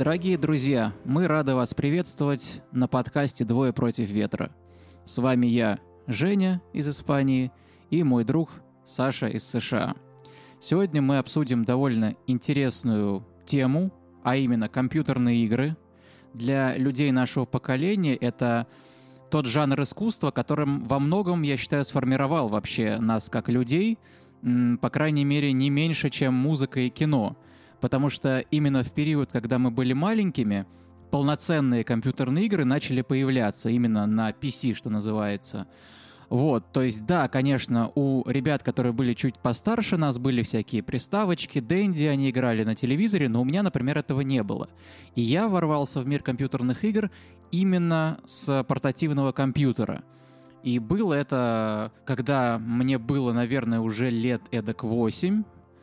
Дорогие друзья, мы рады вас приветствовать на подкасте «Двое против ветра». С вами я, Женя из Испании, и мой друг Саша из США. Сегодня мы обсудим довольно интересную тему, а именно компьютерные игры. Для людей нашего поколения это тот жанр искусства, которым во многом, я считаю, сформировал вообще нас как людей, по крайней мере, не меньше, чем музыка и кино. Потому что именно в период, когда мы были маленькими, полноценные компьютерные игры начали появляться именно на PC, что называется. Вот, то есть, да, конечно, у ребят, которые были чуть постарше нас, были всякие приставочки, Денди, они играли на телевизоре, но у меня, например, этого не было. И я ворвался в мир компьютерных игр именно с портативного компьютера. И было это, когда мне было, наверное, уже лет эдак 8,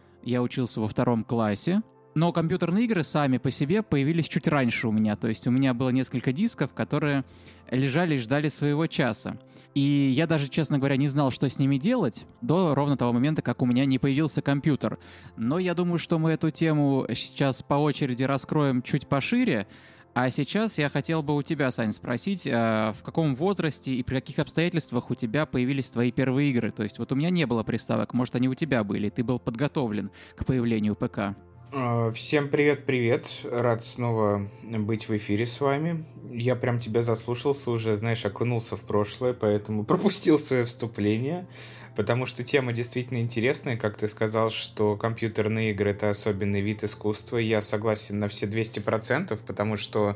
я учился во 2 классе. Но компьютерные игры сами по себе появились чуть раньше у меня. То есть у меня было несколько дисков, которые лежали и ждали своего часа. И я даже, честно говоря, не знал, что с ними делать до ровно того момента, как у меня не появился компьютер. Но я думаю, что мы эту тему сейчас по очереди раскроем чуть пошире. А сейчас я хотел бы у тебя, Сань, спросить, в каком возрасте и при каких обстоятельствах у тебя появились твои первые игры? То есть вот у меня не было приставок, может, они у тебя были, ты был подготовлен к появлению ПК. Всем привет, рад снова быть в эфире с вами. Я прям тебя заслушался уже, знаешь, окунулся в прошлое, поэтому пропустил свое вступление, потому что тема действительно интересная, как ты сказал, что компьютерные игры — это особенный вид искусства, и я согласен на все 200%, потому что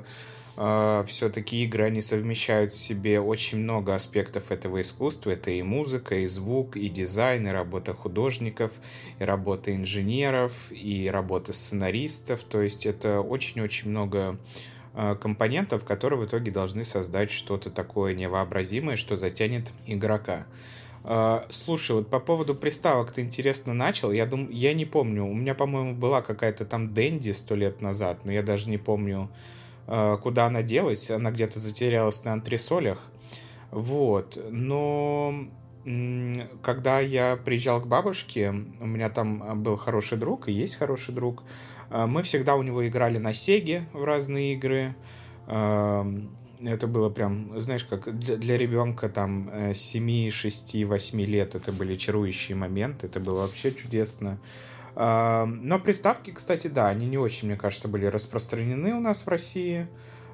все-таки игры, они совмещают в себе очень много аспектов этого искусства. Это и музыка, и звук, и дизайн, и работа художников, и работа инженеров, и работа сценаристов. То есть это очень-очень много компонентов, которые в итоге должны создать что-то такое невообразимое, что затянет игрока. Слушай, вот по поводу приставок ты интересно начал. Я не помню, у меня, по-моему, была какая-то там Денди 100 лет назад, но я даже не помню, куда она делась. Она где-то затерялась на антресолях. Вот. Но когда я приезжал к бабушке, у меня там был хороший друг, и есть хороший друг. Мы всегда у него играли на Сеге в разные игры. Это было прям, знаешь, как для ребенка там 7, 6, 8 лет. Это были чарующие моменты. Это было вообще чудесно. Но приставки, кстати, да, они не очень, мне кажется, были распространены у нас в России.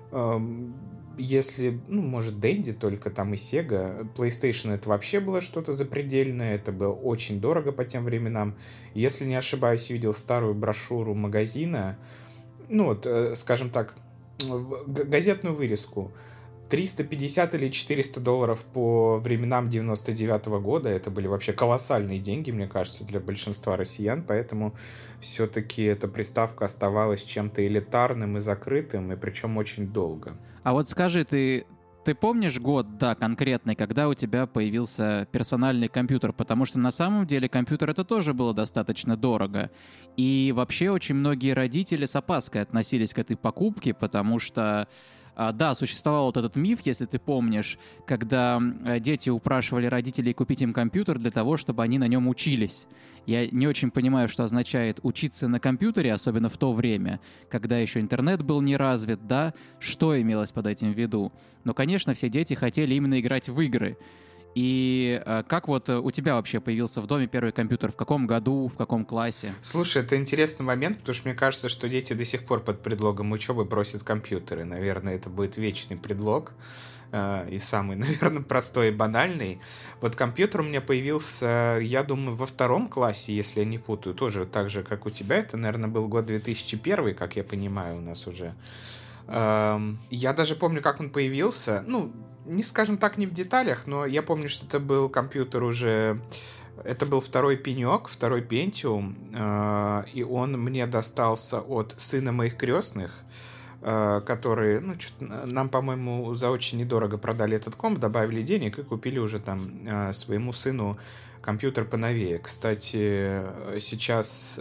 Если, может, Dendy только там и Sega. PlayStation — это вообще было что-то запредельное, это было очень дорого по тем временам. Если не ошибаюсь, видел старую брошюру магазина, скажем так, газетную вырезку. 350 или 400 долларов по временам 99-го года. Это были вообще колоссальные деньги, мне кажется, для большинства россиян. Поэтому все-таки эта приставка оставалась чем-то элитарным и закрытым, и причем очень долго. А вот скажи, ты помнишь год, да, конкретный, когда у тебя появился персональный компьютер? Потому что на самом деле компьютер — это тоже было достаточно дорого. И вообще очень многие родители с опаской относились к этой покупке, потому что да, существовал вот этот миф, если ты помнишь, когда дети упрашивали родителей купить им компьютер для того, чтобы они на нем учились. Я не очень понимаю, что означает учиться на компьютере, особенно в то время, когда еще интернет был не развит, да, что имелось под этим в виду. Но, конечно, все дети хотели именно играть в игры. И как вот у тебя вообще появился в доме первый компьютер? В каком году, в каком классе? Слушай, это интересный момент, потому что мне кажется, что дети до сих пор под предлогом учебы просят компьютеры. Наверное, это будет вечный предлог. И самый, наверное, простой и банальный. Вот компьютер у меня появился, я думаю, во 2 классе, если я не путаю. Тоже так же, как у тебя. Это, наверное, был год 2001, как я понимаю, у нас уже. Я даже помню, как он появился. Не скажем так, не в деталях, но я помню, что это был компьютер уже... Это был 2-й пенек, 2-й Pentium, и он мне достался от сына моих крестных, которые, нам, по-моему, за очень недорого продали этот комп, добавили денег и купили уже там своему сыну компьютер поновее. Кстати, сейчас...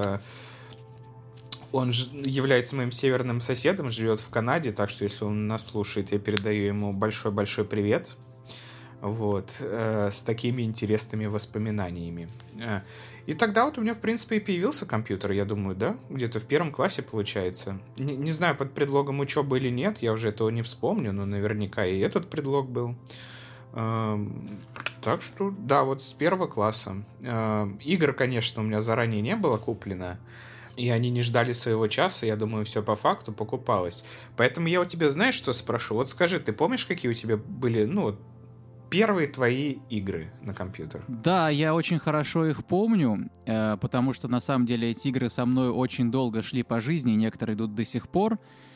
Он является моим северным соседом, живет в Канаде, так что если он нас слушает, я передаю ему большой-большой привет. вот, с такими интересными воспоминаниями. И тогда вот у меня, в принципе, и появился компьютер, я думаю, да, где-то в 1 классе, получается. Не знаю, под предлогом учебы или нет, я уже этого не вспомню, но наверняка и этот предлог был. Так что, да, вот с 1 класса. Игр, конечно, у меня заранее не было куплено, и они не ждали своего часа, я думаю, все по факту покупалось. Поэтому я у тебя, знаешь, что спрошу? Вот скажи, ты помнишь, какие у тебя были, первые твои игры на компьютер? Да, я очень хорошо их помню, потому что на самом деле эти игры со мной очень долго шли по жизни, некоторые идут до сих пор.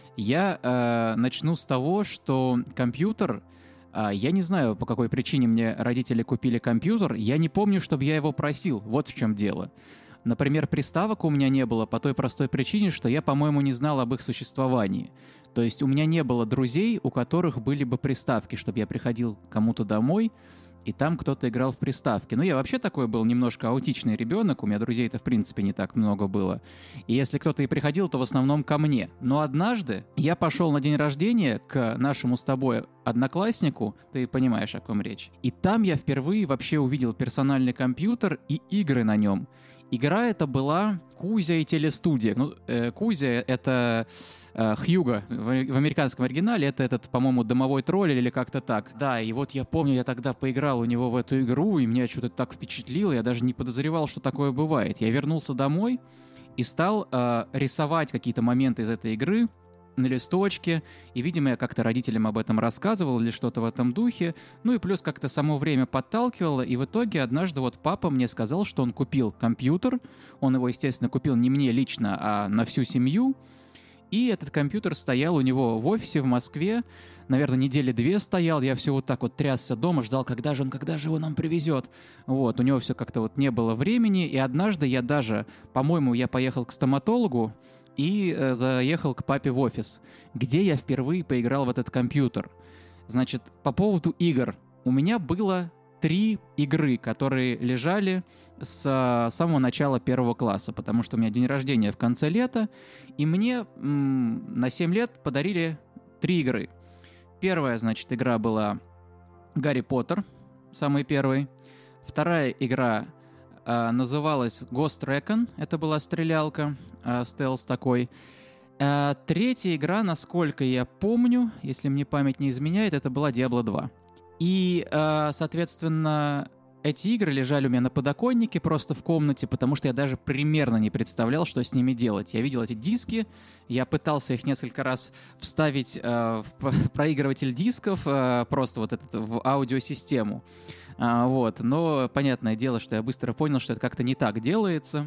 Я начну с того, что компьютер... Я не знаю, по какой причине мне родители купили компьютер. Я не помню, чтобы я его просил. Вот в чем дело. Например, приставок у меня не было по той простой причине, что я, по-моему, не знал об их существовании. То есть у меня не было друзей, у которых были бы приставки, чтобы я приходил к кому-то домой, и там кто-то играл в приставки. Ну, я вообще такой был немножко аутичный ребенок, у меня друзей-то в принципе не так много было. И если кто-то и приходил, то в основном ко мне. Но однажды я пошел на день рождения к нашему с тобой однокласснику, ты понимаешь, о ком речь. И там я впервые вообще увидел персональный компьютер и игры на нем. Игра эта была Кузя и телестудия. Кузя — это Хьюго в американском оригинале, это этот, по-моему, домовой тролль или как-то так. Да, и вот я помню, я тогда поиграл у него в эту игру, и меня что-то так впечатлило, я даже не подозревал, что такое бывает. Я вернулся домой и стал рисовать какие-то моменты из этой игры на листочке, и, видимо, я как-то родителям об этом рассказывал или что-то в этом духе, ну и плюс как-то само время подталкивало, и в итоге однажды вот папа мне сказал, что он купил компьютер, он его, естественно, купил не мне лично, а на всю семью, и этот компьютер стоял у него в офисе в Москве, наверное, 2 недели стоял, я все вот так вот трясся дома, ждал, когда же его нам привезет. Вот, у него все как-то вот не было времени, и однажды я даже, по-моему, я поехал к стоматологу и заехал к папе в офис, где я впервые поиграл в этот компьютер. Значит, по поводу игр. У меня было 3 игры, которые лежали с самого начала 1 класса, потому что у меня день рождения в конце лета, и мне на 7 лет подарили 3 игры. Первая, значит, игра была Гарри Поттер, самый первый. Вторая игра называлась Ghost Recon, это была стрелялка, стелс такой. Третья игра, насколько я помню, если мне память не изменяет, это была Diablo 2. И, соответственно, эти игры лежали у меня на подоконнике просто в комнате, потому что я даже примерно не представлял, что с ними делать. Я видел эти диски, я пытался их несколько раз вставить в проигрыватель дисков, просто вот этот в аудиосистему. Вот. Но понятное дело, что я быстро понял, что это как-то не так делается.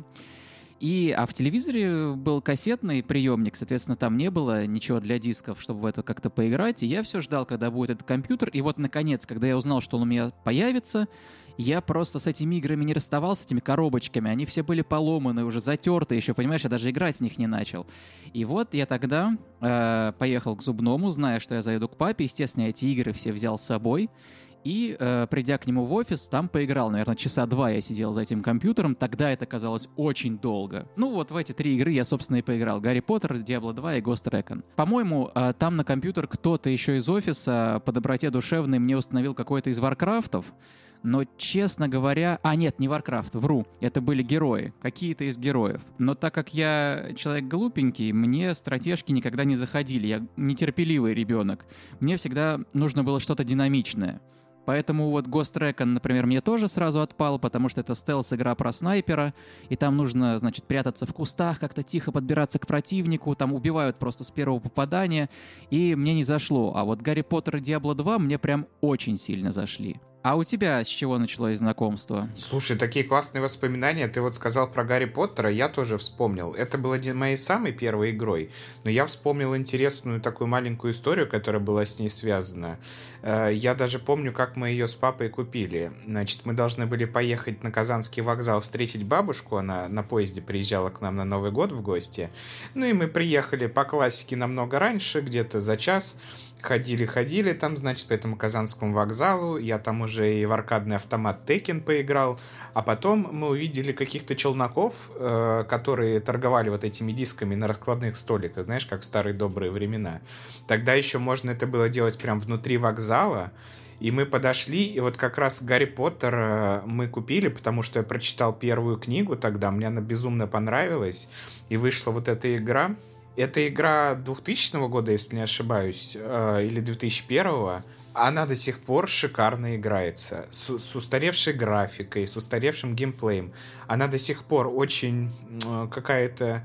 А в телевизоре был кассетный приемник, соответственно, там не было ничего для дисков, чтобы в это как-то поиграть. И я все ждал, когда будет этот компьютер. И вот, наконец, когда я узнал, что он у меня появится, я просто с этими играми не расставался, с этими коробочками. Они все были поломаны, уже затерты еще, понимаешь, я даже играть в них не начал. И вот я тогда поехал к зубному, зная, что я заеду к папе. Естественно, я эти игры все взял с собой. И, придя к нему в офис, там поиграл. Наверное, 2 часа я сидел за этим компьютером. Тогда это казалось очень долго. Ну, вот в эти 3 игры я, собственно, и поиграл. Гарри Поттер, Diablo 2 и Ghost Recon. По-моему, там на компьютер кто-то еще из офиса по доброте душевной мне установил какой-то из Варкрафтов. Но, честно говоря... нет, не Warcraft, вру. Это были герои. Какие-то из героев. Но так как я человек глупенький, мне стратежки никогда не заходили. Я нетерпеливый ребенок. Мне всегда нужно было что-то динамичное. Поэтому вот Ghost Recon, например, мне тоже сразу отпал, потому что это стелс-игра про снайпера, и там нужно, значит, прятаться в кустах, как-то тихо подбираться к противнику, там убивают просто с первого попадания, и мне не зашло. А вот Гарри Поттер и Diablo 2 мне прям очень сильно зашли. А у тебя с чего началось знакомство? Слушай, такие классные воспоминания. Ты вот сказал про Гарри Поттера, я тоже вспомнил. Это было моей самой первой игрой, но я вспомнил интересную такую маленькую историю, которая была с ней связана. Я даже помню, как мы ее с папой купили. Значит, мы должны были поехать на Казанский вокзал встретить бабушку, она на поезде приезжала к нам на Новый год в гости. Ну и мы приехали по классике намного раньше, где-то за час. Ходили там, значит, по этому Казанскому вокзалу, я там уже уже и в аркадный автомат Tekken поиграл. А потом мы увидели каких-то челноков, которые торговали вот этими дисками на раскладных столиках, знаешь, как в старые добрые времена. Тогда еще можно это было делать прям внутри вокзала. И мы подошли, и вот как раз Гарри Поттер мы купили, потому что я прочитал первую книгу тогда, мне она безумно понравилась, и вышла вот эта игра. Это игра 2000 года, если не ошибаюсь, или 2001. Она до сих пор шикарно играется, с устаревшей графикой, с устаревшим геймплеем. Она до сих пор очень какая-то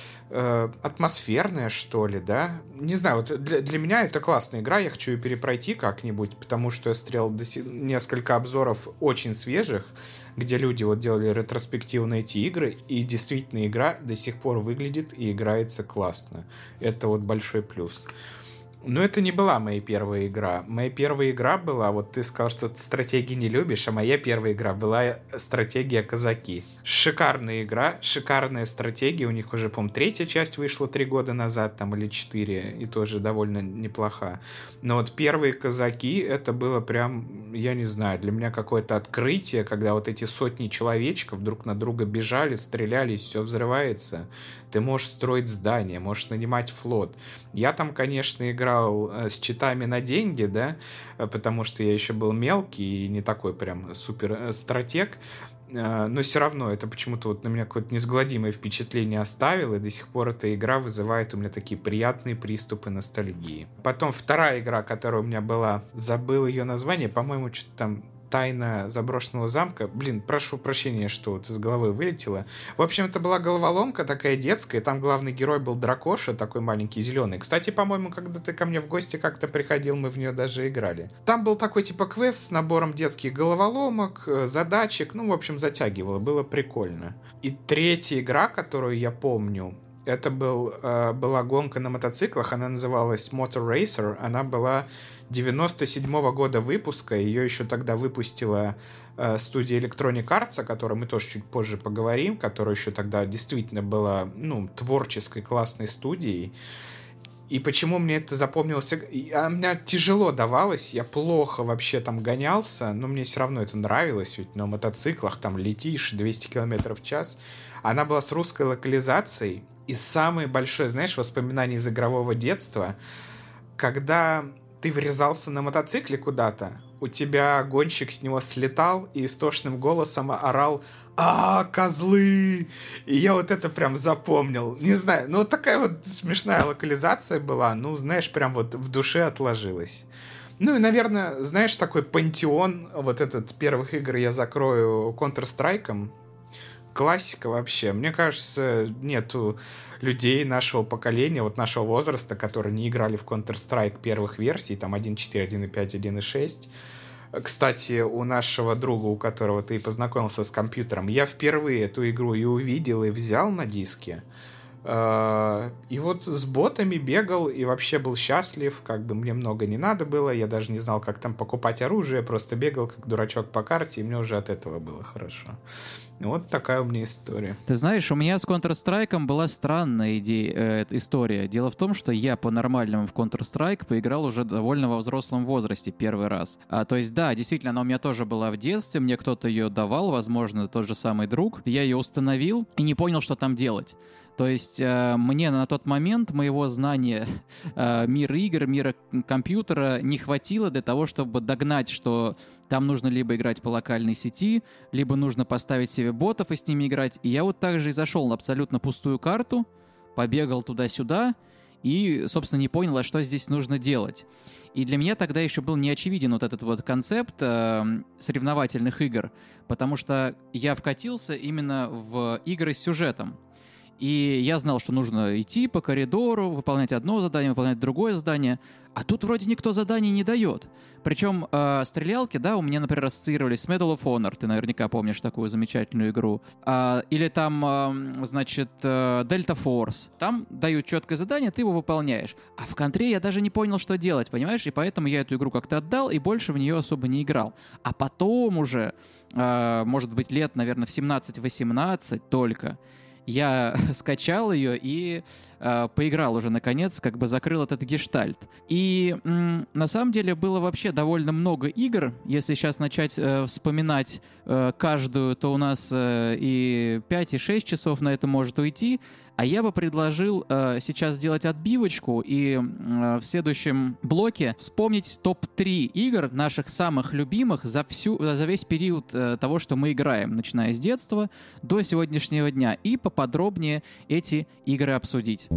атмосферная, что ли, да? Не знаю, вот для меня это классная игра, я хочу ее перепройти как-нибудь, потому что я смотрел несколько обзоров очень свежих, где люди вот делали ретроспективу на эти игры, и действительно игра до сих пор выглядит и играется классно. Это вот большой плюс. Но это не была моя первая игра. Моя первая игра была, вот ты сказал, что ты стратегии не любишь, а моя первая игра была стратегия «Казаки». Шикарная игра, шикарная стратегия. У них уже, по-моему, третья часть вышла 3 года назад, там, или 4, и тоже довольно неплоха. Но вот первые «Казаки» это было прям, я не знаю, для меня какое-то открытие, когда вот эти сотни человечков друг на друга бежали, стрелялись, все взрывается. Ты можешь строить здания, можешь нанимать флот. Я там, конечно, играл с читами на деньги, да, потому что я еще был мелкий и не такой прям супер стратег, но все равно это почему-то вот на меня какое-то неизгладимое впечатление оставило, и до сих пор эта игра вызывает у меня такие приятные приступы ностальгии. Потом вторая игра, которая у меня была, забыл ее название, по-моему, что-то там «Тайна заброшенного замка». Блин, прошу прощения, что вот из головы вылетело. В общем, это была головоломка такая детская, там главный герой был дракоша, такой маленький, зеленый. Кстати, по-моему, когда ты ко мне в гости как-то приходил, мы в нее даже играли. Там был такой типа квест с набором детских головоломок, задачек, ну, в общем, затягивало, было прикольно. И третья игра, которую я помню, это была гонка на мотоциклах, она называлась Motor Racer, она была 97-го года выпуска, ее еще тогда выпустила студия Electronic Arts, о которой мы тоже чуть позже поговорим, которая еще тогда действительно была, ну, творческой классной студией. И почему мне это запомнилось? Мне тяжело давалось, я плохо вообще там гонялся, но мне все равно это нравилось, ведь на мотоциклах там летишь 200 км в час. Она была с русской локализацией, и самое большое, знаешь, воспоминание из игрового детства, когда ты врезался на мотоцикле куда-то, у тебя гонщик с него слетал и истошным голосом орал: козлы! И я вот это прям запомнил. Не знаю, ну такая вот смешная локализация была, ну, знаешь, прям вот в душе отложилась. Ну и, наверное, знаешь, такой пантеон вот этот первых игр я закрою Counter-Strike'ом. Классика вообще. Мне кажется, нету людей нашего поколения, вот нашего возраста, которые не играли в Counter-Strike первых версий, там 1.4, 1.5, 1.6. Кстати, у нашего друга, у которого ты познакомился с компьютером, я впервые эту игру и увидел, и взял на диске. И вот с ботами бегал и вообще был счастлив, как бы мне много не надо было, я даже не знал, как там покупать оружие, просто бегал как дурачок по карте, и мне уже от этого было хорошо. Вот такая у меня история. Ты знаешь, у меня с Counter-Strike была странная история. Дело в том, что я по-нормальному в Counter-Strike поиграл уже довольно во взрослом возрасте первый раз. То есть, да, действительно, она у меня тоже была в детстве, мне кто-то ее давал, возможно, тот же самый друг. Я ее установил и не понял, что там делать. То есть мне на тот момент моего знания мира игр, мира компьютера не хватило для того, чтобы догнать, что там нужно либо играть по локальной сети, либо нужно поставить себе ботов и с ними играть. И я вот так же и зашел на абсолютно пустую карту, побегал туда-сюда и, собственно, не понял, а что здесь нужно делать. И для меня тогда еще был неочевиден вот этот вот концепт соревновательных игр, потому что я вкатился именно в игры с сюжетом. И я знал, что нужно идти по коридору, выполнять одно задание, выполнять другое задание. А тут вроде никто заданий не дает. Причем стрелялки, да, у меня, например, ассоциировались с Medal of Honor. Ты наверняка помнишь такую замечательную игру. Или там, значит, Delta Force. Там дают четкое задание, ты его выполняешь. А в контре я даже не понял, что делать, понимаешь? И поэтому я эту игру как-то отдал и больше в нее особо не играл. А потом уже, может быть, лет, наверное, в 17-18 только, я скачал ее и поиграл уже наконец, как бы закрыл этот гештальт. И на самом деле было вообще довольно много игр. Если сейчас начать вспоминать каждую, то у нас и 5, и 6 часов на это может уйти. А я бы предложил сейчас сделать отбивочку и в следующем блоке вспомнить топ-3 игр наших самых любимых за весь период того, что мы играем, начиная с детства до сегодняшнего дня, и поподробнее эти игры обсудить.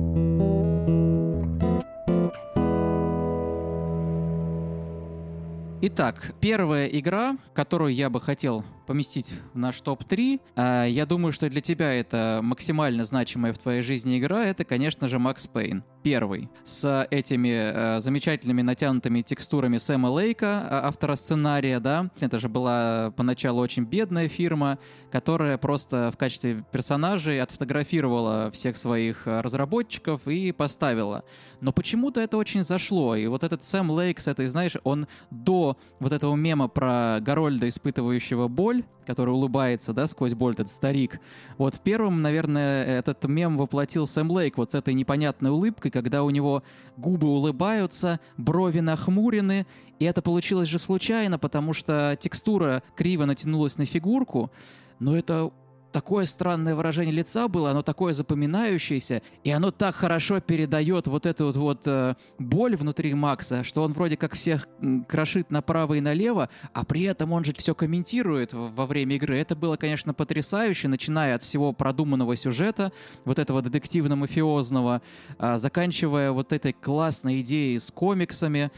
Итак, первая игра, которую я бы хотел поместить в наш топ-3, я думаю, что для тебя это максимально значимая в твоей жизни игра, это, конечно же, Макс Пейн. Первый. С этими замечательными натянутыми текстурами Сэма Лейка, автора сценария, да. Это же была поначалу очень бедная фирма, которая просто в качестве персонажей отфотографировала всех своих разработчиков и поставила. Но почему-то это очень зашло. И вот этот Сэм Лейк с этой, знаешь, он до вот этого мема про Гарольда, испытывающего боль, который улыбается, да, сквозь боль, этот старик. Вот первым, наверное, этот мем воплотил Сэм Лейк вот с этой непонятной улыбкой, когда у него губы улыбаются, брови нахмурены, и это получилось же случайно, потому что текстура криво натянулась на фигурку, но это такое странное выражение лица было, оно такое запоминающееся, и оно так хорошо передает вот эту вот боль внутри Макса, что он вроде как всех крошит направо и налево, а при этом он же все комментирует во время игры. Это было, конечно, потрясающе, начиная от всего продуманного сюжета, вот этого детективно-мафиозного, заканчивая вот этой классной идеей с комиксами,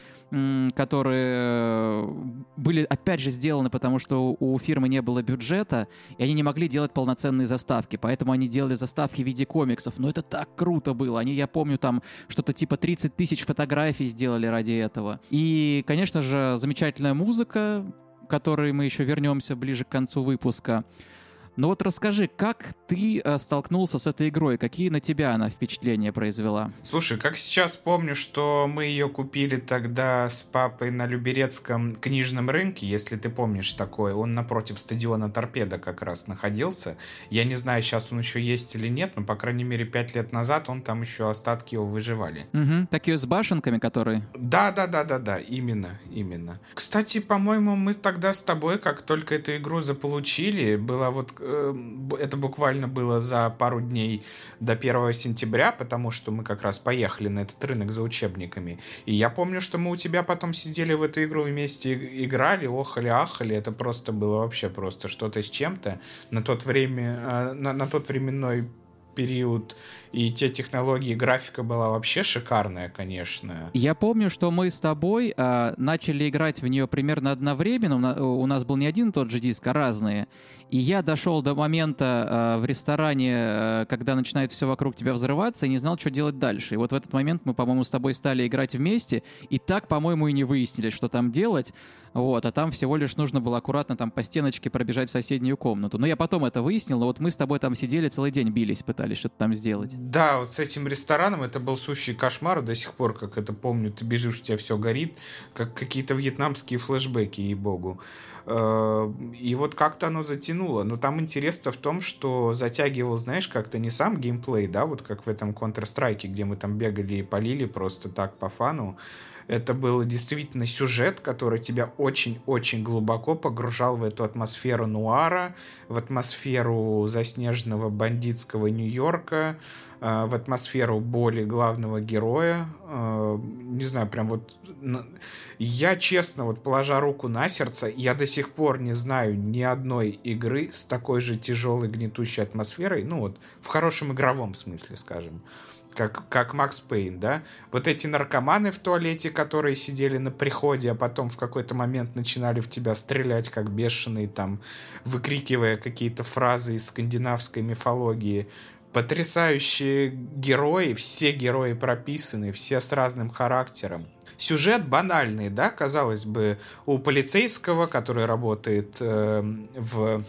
которые были, опять же, сделаны, потому что у фирмы не было бюджета, и они не могли делать полноценные заставки, поэтому они делали заставки в виде комиксов. Но это так круто было. Они, я помню, там что-то типа 30 тысяч фотографий сделали ради этого. И, конечно же, замечательная музыка, к которой мы еще вернемся ближе к концу выпуска. Но вот расскажи, как ты столкнулся с этой игрой? Какие на тебя она впечатления произвела? Слушай, как сейчас помню, что мы ее купили тогда с папой на Люберецком книжном рынке, если ты помнишь такой. Он напротив стадиона «Торпедо» как раз находился. Я не знаю, сейчас он еще есть или нет, но, по крайней мере, 5 лет назад он там еще остатки его выживали. Угу, такие с башенками, которые... Да, именно. Кстати, по-моему, мы тогда с тобой, как только эту игру заполучили, была вот... Это буквально было за пару дней до 1 сентября, потому что мы как раз поехали на этот рынок за учебниками. И я помню, что мы у тебя потом сидели в эту игру вместе, играли, охали-ахали. Это просто было вообще просто что-то с чем-то. На тот временной период и те технологии, графика была вообще шикарная, конечно. Я помню, что мы с тобой начали играть в нее примерно одновременно. У нас был не один и тот же диск, а разные. И я дошел до момента в ресторане, когда начинает все вокруг тебя взрываться, и не знал, что делать дальше. И вот в этот момент мы, по-моему, с тобой стали играть вместе, и так, по-моему, и не выяснили, что там делать. Вот, а там всего лишь нужно было аккуратно там по стеночке пробежать в соседнюю комнату. Но я потом это выяснил, но вот мы с тобой там сидели целый день, бились, пытались что-то там сделать. Да, вот с этим рестораном это был сущий кошмар, до сих пор, как это помню, ты бежишь, у тебя все горит, как какие-то вьетнамские флешбеки, ей-богу. И вот как-то оно затянуло. Но там интерес-то в том, что затягивал, знаешь, как-то не сам геймплей, да, вот как в этом Counter-Strike, где мы там бегали и полили просто так по фану. Это был действительно сюжет, который тебя очень-очень глубоко погружал в эту атмосферу нуара, в атмосферу заснеженного бандитского Нью-Йорка, в атмосферу боли главного героя. Не знаю, прям вот... Я, честно, вот положа руку на сердце, я до сих пор не знаю ни одной игры с такой же тяжелой гнетущей атмосферой, ну вот, в хорошем игровом смысле, скажем. Как Макс Пейн, да? Вот эти наркоманы в туалете, которые сидели на приходе, а потом в какой-то момент начинали в тебя стрелять как бешеные, там, выкрикивая какие-то фразы из скандинавской мифологии. Потрясающие герои, все герои прописаны, все с разным характером. Сюжет банальный, да, казалось бы, у полицейского, который работает в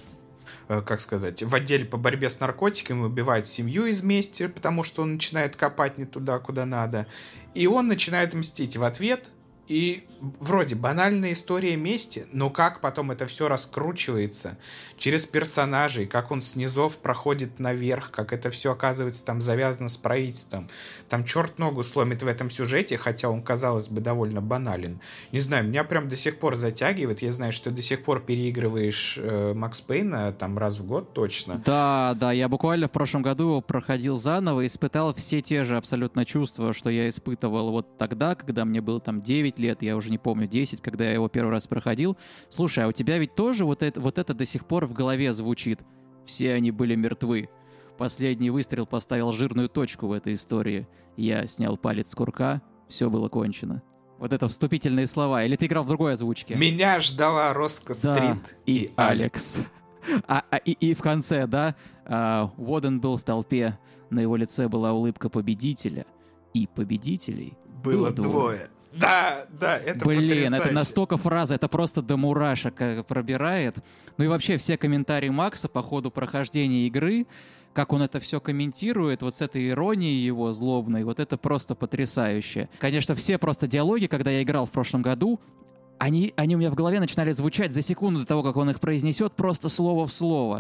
отделе по борьбе с наркотиками, убивает семью из мести, потому что он начинает копать не туда, куда надо. И он начинает мстить в ответ, И вроде банальная история мести, но как потом это все раскручивается через персонажей, как он с низов проходит наверх, как это все оказывается там завязано с правительством. Там черт ногу сломит в этом сюжете, хотя он, казалось бы, довольно банален. Не знаю, меня прям до сих пор затягивает. Я знаю, что ты до сих пор переигрываешь Макс Пейна там раз в год точно. Да, я буквально в прошлом году его проходил заново и испытал все те же абсолютно чувства, что я испытывал вот тогда, когда мне было там 9 лет, я уже не помню, 10, когда я его первый раз проходил. Слушай, а у тебя ведь тоже вот это до сих пор в голове звучит. Все они были мертвы. Последний выстрел поставил жирную точку в этой истории. Я снял палец с курка, все было кончено. Вот это вступительные слова. Или ты играл в другой озвучке? Меня ждала Роско Стрит и Алекс. И в конце, да, Уоден был в толпе, на его лице была улыбка победителя, и победителей было двое. Да, это Блин, потрясающе. это настолько фраза, это просто до мурашек пробирает. Ну и вообще все комментарии Макса по ходу прохождения игры, как он это все комментирует, вот с этой иронией его злобной, вот это просто потрясающе. Конечно, все просто диалоги, когда я играл в прошлом году, они у меня в голове начинали звучать за секунду до того, как он их произнесет, просто слово в слово.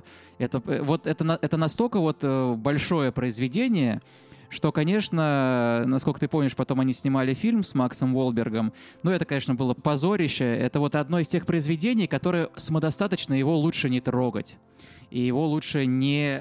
Это настолько вот большое произведение, что, конечно, насколько ты помнишь, потом они снимали фильм с Максом Уолбергом. Ну, это, конечно, было позорище. Это вот одно из тех произведений, которые самодостаточно, его лучше не трогать. И его лучше не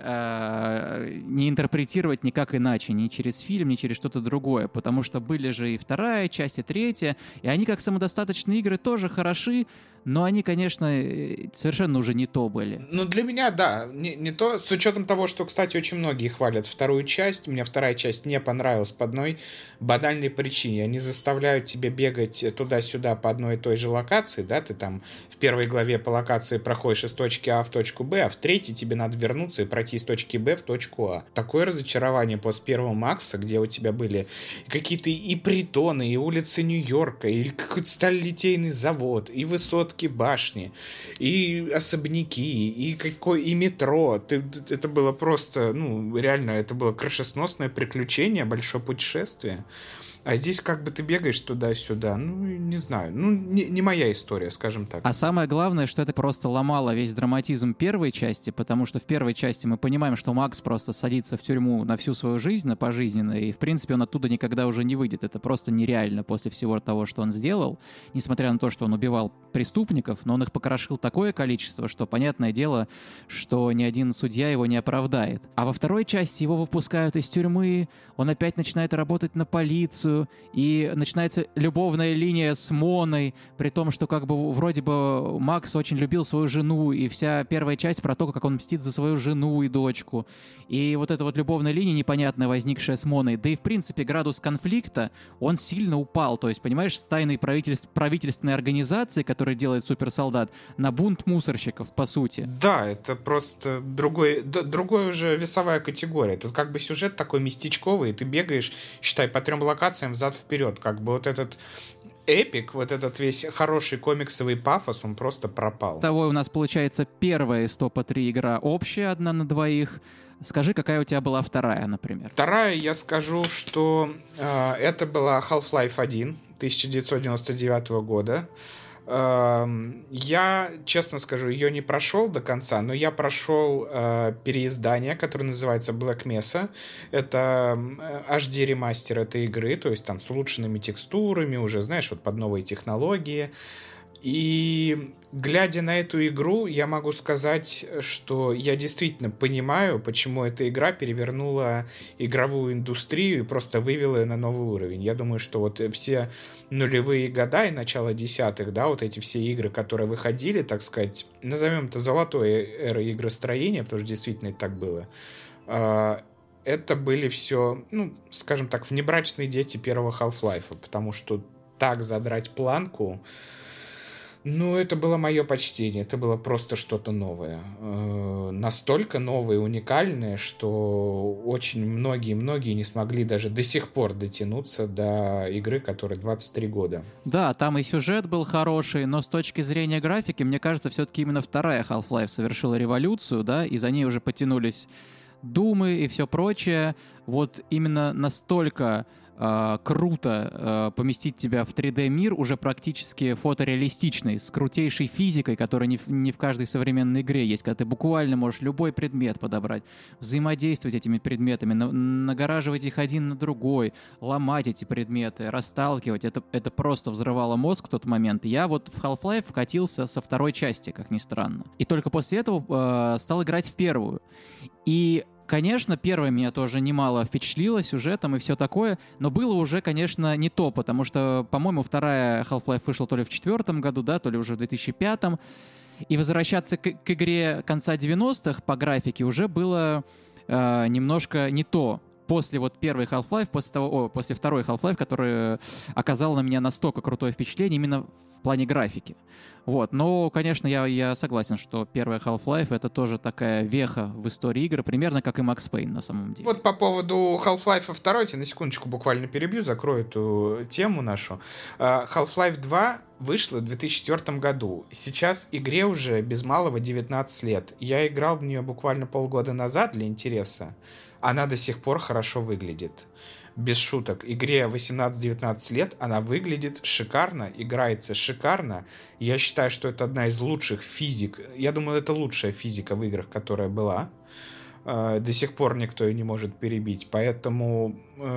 интерпретировать никак иначе, ни через фильм, ни через что-то другое. Потому что были же и вторая часть, и третья. И они, как самодостаточные игры, тоже хороши. Но они, конечно, совершенно уже не то были. Ну, для меня, да, не то. С учетом того, что, кстати, очень многие хвалят вторую часть. Мне вторая часть не понравилась по одной банальной причине. Они заставляют тебя бегать туда-сюда по одной и той же локации, да, ты там в первой главе по локации проходишь из точки А в точку Б, а в третьей тебе надо вернуться и пройти из точки Б в точку А. Такое разочарование после первого Макса, где у тебя были какие-то и притоны, и улицы Нью-Йорка, и какой-то сталелитейный завод, и высоты, башни, и особняки, и метро. Это было просто, реально, это было крышесносное приключение, большое путешествие. А здесь как бы ты бегаешь туда-сюда, не знаю, не моя история, скажем так. А самое главное, что это просто ломало весь драматизм первой части, потому что в первой части мы понимаем, что Макс просто садится в тюрьму на всю свою жизнь, на пожизненно, и в принципе он оттуда никогда уже не выйдет. Это просто нереально после всего того, что он сделал, несмотря на то, что он убивал преступников, но он их покрошил такое количество, что понятное дело, что ни один судья его не оправдает. А во второй части его выпускают из тюрьмы, он опять начинает работать на полицию, и начинается любовная линия с Моной, при том, что как бы вроде бы Макс очень любил свою жену, и вся первая часть про то, как он мстит за свою жену и дочку. И вот эта вот любовная линия непонятная, возникшая с Моной, да и в принципе градус конфликта, он сильно упал. То есть, понимаешь, с тайной правительственной организации, которая делает суперсолдат, на бунт мусорщиков, по сути. Да, это просто другой уже весовая категория. Тут как бы сюжет такой местечковый, и ты бегаешь, считай, по 3 локациям взад-вперед. Как бы вот этот эпик, вот этот весь хороший комиксовый пафос, он просто пропал. Того у нас получается первая из топа 3 игра общая, 1 на 2. Скажи, какая у тебя была вторая, например? Вторая, я скажу, что это была Half-Life 1 1999 года. Я, честно скажу, ее не прошел до конца, но я прошел переиздание, которое называется Black Mesa. Это HD ремастер этой игры, то есть там с улучшенными текстурами, уже, знаешь, вот под новые технологии. И глядя на эту игру, я могу сказать, что я действительно понимаю, почему эта игра перевернула игровую индустрию и просто вывела ее на новый уровень. Я думаю, что вот все нулевые года и начало десятых, да, вот эти все игры, которые выходили, так сказать, назовем это золотой эрой игростроения, потому что действительно это так было, это были все, скажем так, внебрачные дети первого Half-Life, потому что так задрать планку... это было мое почтение, это было просто что-то новое. Настолько новое и уникальное, что очень многие не смогли даже до сих пор дотянуться до игры, которой 23 года. Да, там и сюжет был хороший, но с точки зрения графики, мне кажется, все-таки именно вторая Half-Life совершила революцию, да, и за ней уже потянулись Думы и все прочее. Вот именно настолько круто поместить тебя в 3D-мир, уже практически фотореалистичный, с крутейшей физикой, которая не в каждой современной игре есть, когда ты буквально можешь любой предмет подобрать, взаимодействовать этими предметами, нагораживать их один на другой, ломать эти предметы, расталкивать. Это просто взрывало мозг в тот момент. Я вот в Half-Life вкатился со второй части, как ни странно. И только после этого стал играть в первую. И конечно, первая меня тоже немало впечатлила сюжетом и все такое, но было уже, конечно, не то, потому что, по-моему, вторая Half-Life вышла то ли в 2004 году, да, то ли уже в 2005. И возвращаться к игре конца 90-х по графике уже было немножко не то. После вот первой Half-Life, после второй Half-Life, которая оказала на меня настолько крутое впечатление именно в плане графики. Вот. Но, конечно, я согласен, что первая Half-Life — это тоже такая веха в истории игр, примерно как и Max Payne на самом деле. Вот по поводу Half-Life 2, я на секундочку буквально перебью, закрою эту тему нашу. Half-Life 2 вышла в 2004 году. Сейчас игре уже без малого 19 лет. Я играл в нее буквально полгода назад для интереса. Она до сих пор хорошо выглядит. Без шуток. Игре 18-19 лет, она выглядит шикарно, играется шикарно. Я считаю, что это одна из лучших физик. Я думаю, это лучшая физика в играх, которая была. До сих пор никто ее не может перебить. Поэтому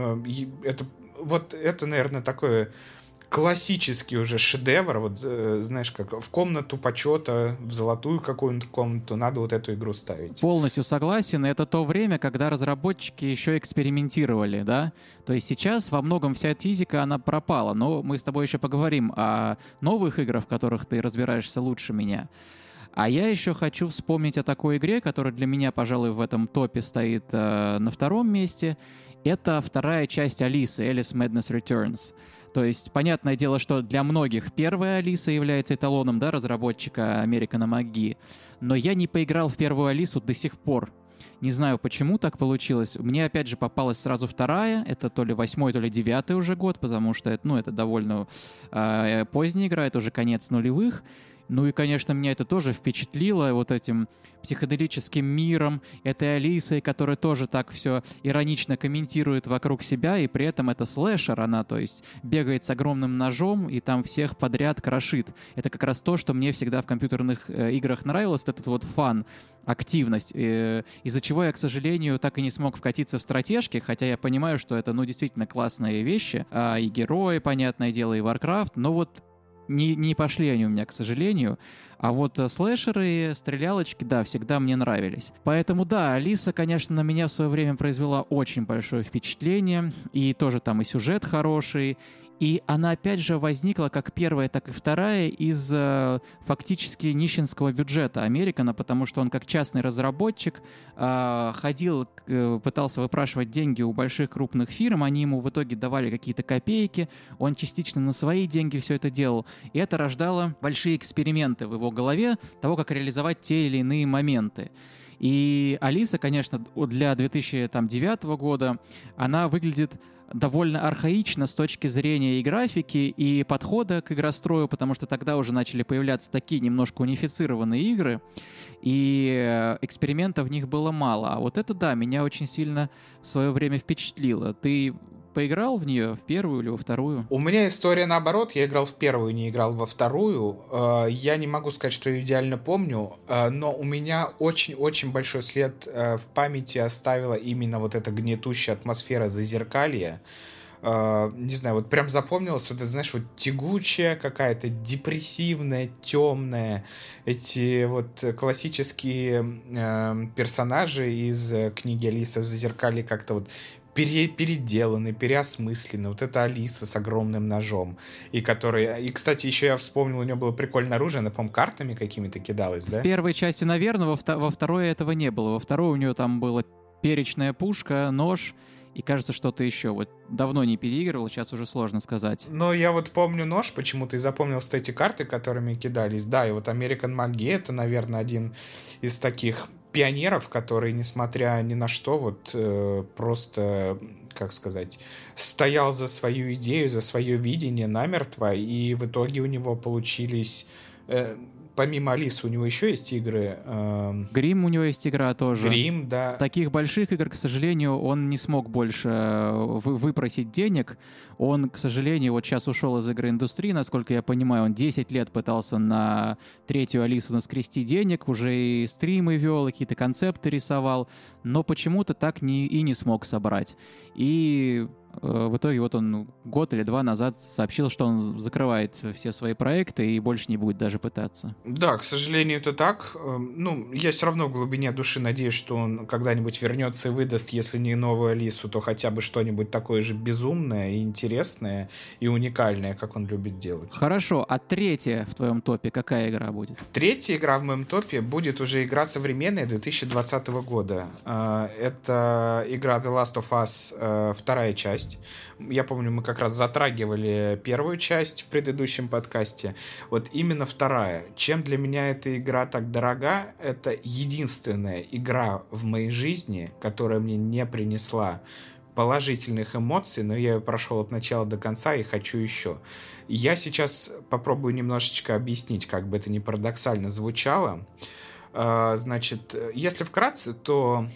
это, наверное, такое классический уже шедевр, вот знаешь, как в комнату почета, в золотую какую-нибудь комнату надо вот эту игру ставить. Полностью согласен. Это то время, когда разработчики еще экспериментировали, да? То есть сейчас во многом вся эта физика, она пропала, но мы с тобой еще поговорим о новых играх, в которых ты разбираешься лучше меня. А я еще хочу вспомнить о такой игре, которая для меня, пожалуй, в этом топе стоит на втором месте. Это вторая часть Алисы, Alice Madness Returns. То есть, понятное дело, что для многих первая Алиса является эталоном, да, разработчика American McGee, но я не поиграл в первую Алису до сих пор. Не знаю, почему так получилось. Мне, опять же, попалась сразу вторая. Это то ли 8-й, то ли 9-й уже год, потому что это довольно поздняя игра, это уже конец нулевых. Ну и, конечно, меня это тоже впечатлило вот этим психоделическим миром, этой Алисой, которая тоже так все иронично комментирует вокруг себя, и при этом это слэшер, она, то есть, бегает с огромным ножом и там всех подряд крошит. Это как раз то, что мне всегда в компьютерных играх нравилось, этот вот фан, активность, из-за чего я, к сожалению, так и не смог вкатиться в стратежки, хотя я понимаю, что это, действительно классные вещи, и герои, понятное дело, и Warcraft, но вот не пошли они у меня, к сожалению. А вот слэшеры, стрелялочки, да, всегда мне нравились. Поэтому, да, Алиса, конечно, на меня в свое время произвела очень большое впечатление. И тоже там и сюжет хороший. И она, опять же, возникла как первая, так и вторая из фактически нищенского бюджета Американа, потому что он как частный разработчик ходил, пытался выпрашивать деньги у больших крупных фирм, они ему в итоге давали какие-то копейки, он частично на свои деньги все это делал. И это рождало большие эксперименты в его голове того, как реализовать те или иные моменты. И Алиса, конечно, для 2009 года, она выглядит довольно архаично с точки зрения и графики, и подхода к игрострою, потому что тогда уже начали появляться такие немножко унифицированные игры, и экспериментов в них было мало. А вот это, да, меня очень сильно в свое время впечатлило. Ты поиграл в нее, в первую или во вторую? У меня история наоборот. Я играл в первую, не играл во вторую. Я не могу сказать, что я идеально помню, но у меня очень-очень большой след в памяти оставила именно вот эта гнетущая атмосфера Зазеркалья. Не знаю, вот прям запомнилось, вот это, знаешь, вот тягучая какая-то, депрессивная, темная. Эти вот классические персонажи из книги «Алиса в Зазеркалье» как-то вот переделаны, переосмыслены. Вот это Алиса с огромным ножом. И, кстати, еще я вспомнил, у нее было прикольное оружие, она, по-моему, картами какими-то кидалась, да? В первой части, наверное, во второй этого не было. Во второй у нее там была перечная пушка, нож и, кажется, что-то еще. Вот давно не переигрывал, сейчас уже сложно сказать. Но я вот помню нож почему-то и запомнил эти карты, которыми кидались. Да, и вот American McGee — это, наверное, один из таких пионеров, который, несмотря ни на что, вот просто, как сказать, стоял за свою идею, за свое видение намертво, и в итоге у него получились помимо Алисы у него еще есть игры. Грим у него есть игра тоже. Грим, да. Таких больших игр, к сожалению, он не смог больше выпросить денег. Он, к сожалению, вот сейчас ушел из игры индустрии, насколько я понимаю. Он 10 лет пытался на третью Алису наскрести денег, уже и стримы вел, и какие-то концепты рисовал, но почему-то так и не смог собрать. И в итоге вот он год или два назад сообщил, что он закрывает все свои проекты и больше не будет даже пытаться. Да, к сожалению, это так. Ну, я все равно в глубине души надеюсь, что он когда-нибудь вернется и выдаст, если не новую Алису, то хотя бы что-нибудь такое же безумное и интересное и уникальное, как он любит делать. Хорошо, а третья в твоем топе какая игра будет? Третья игра в моем топе будет уже игра современная 2020 года. Это игра The Last of Us, вторая часть. Я помню, мы как раз затрагивали первую часть в предыдущем подкасте. Вот именно вторая. Чем для меня эта игра так дорога? Это единственная игра в моей жизни, которая мне не принесла положительных эмоций, но я ее прошел от начала до конца и хочу еще. Я сейчас попробую немножечко объяснить, как бы это ни парадоксально звучало. Значит, если вкратце, то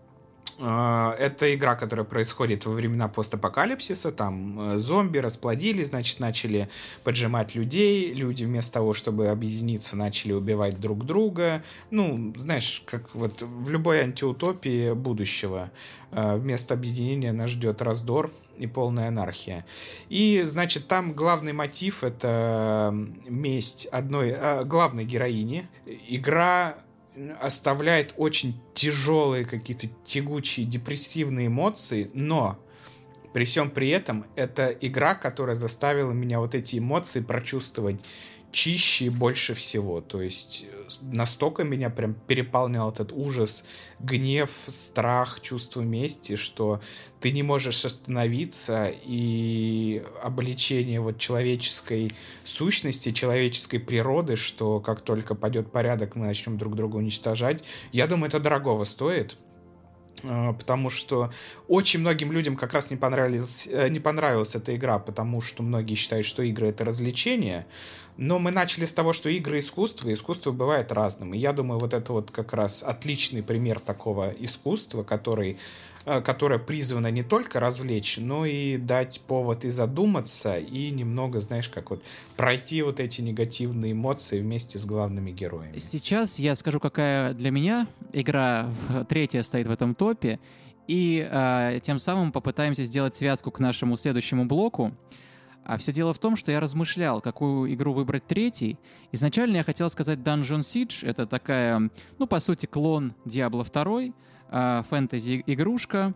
это игра, которая происходит во времена постапокалипсиса. Там зомби расплодились, значит, начали поджимать людей. Люди вместо того, чтобы объединиться, начали убивать друг друга. Ну, знаешь, как вот в любой антиутопии будущего. Вместо объединения нас ждет раздор и полная анархия. И, значит, там главный мотив — это месть одной главной героини. Игра оставляет очень тяжелые, какие-то тягучие, депрессивные эмоции, но при всем при этом это игра, которая заставила меня вот эти эмоции прочувствовать чище и больше всего. То есть настолько меня прям переполнял этот ужас, гнев, страх, чувство мести, что ты не можешь остановиться, и обличение вот человеческой сущности, человеческой природы, что как только пойдет порядок, мы начнем друг друга уничтожать. Я думаю, это дорогого стоит. Потому что очень многим людям как раз не понравилась эта игра, потому что многие считают, что игры — это развлечение. Но мы начали с того, что игры — искусство, и искусство бывает разным. И я думаю, вот это вот как раз отличный пример такого искусства, которое призвано не только развлечь, но и дать повод и задуматься, и немного, знаешь, как вот пройти вот эти негативные эмоции вместе с главными героями. Сейчас я скажу, какая для меня игра третья стоит в этом топе, и тем самым попытаемся сделать связку к нашему следующему блоку. А все дело в том, что я размышлял, какую игру выбрать третий. Изначально я хотел сказать Dungeon Siege. Это такая, ну, по сути, клон Diablo 2, фэнтези-игрушка,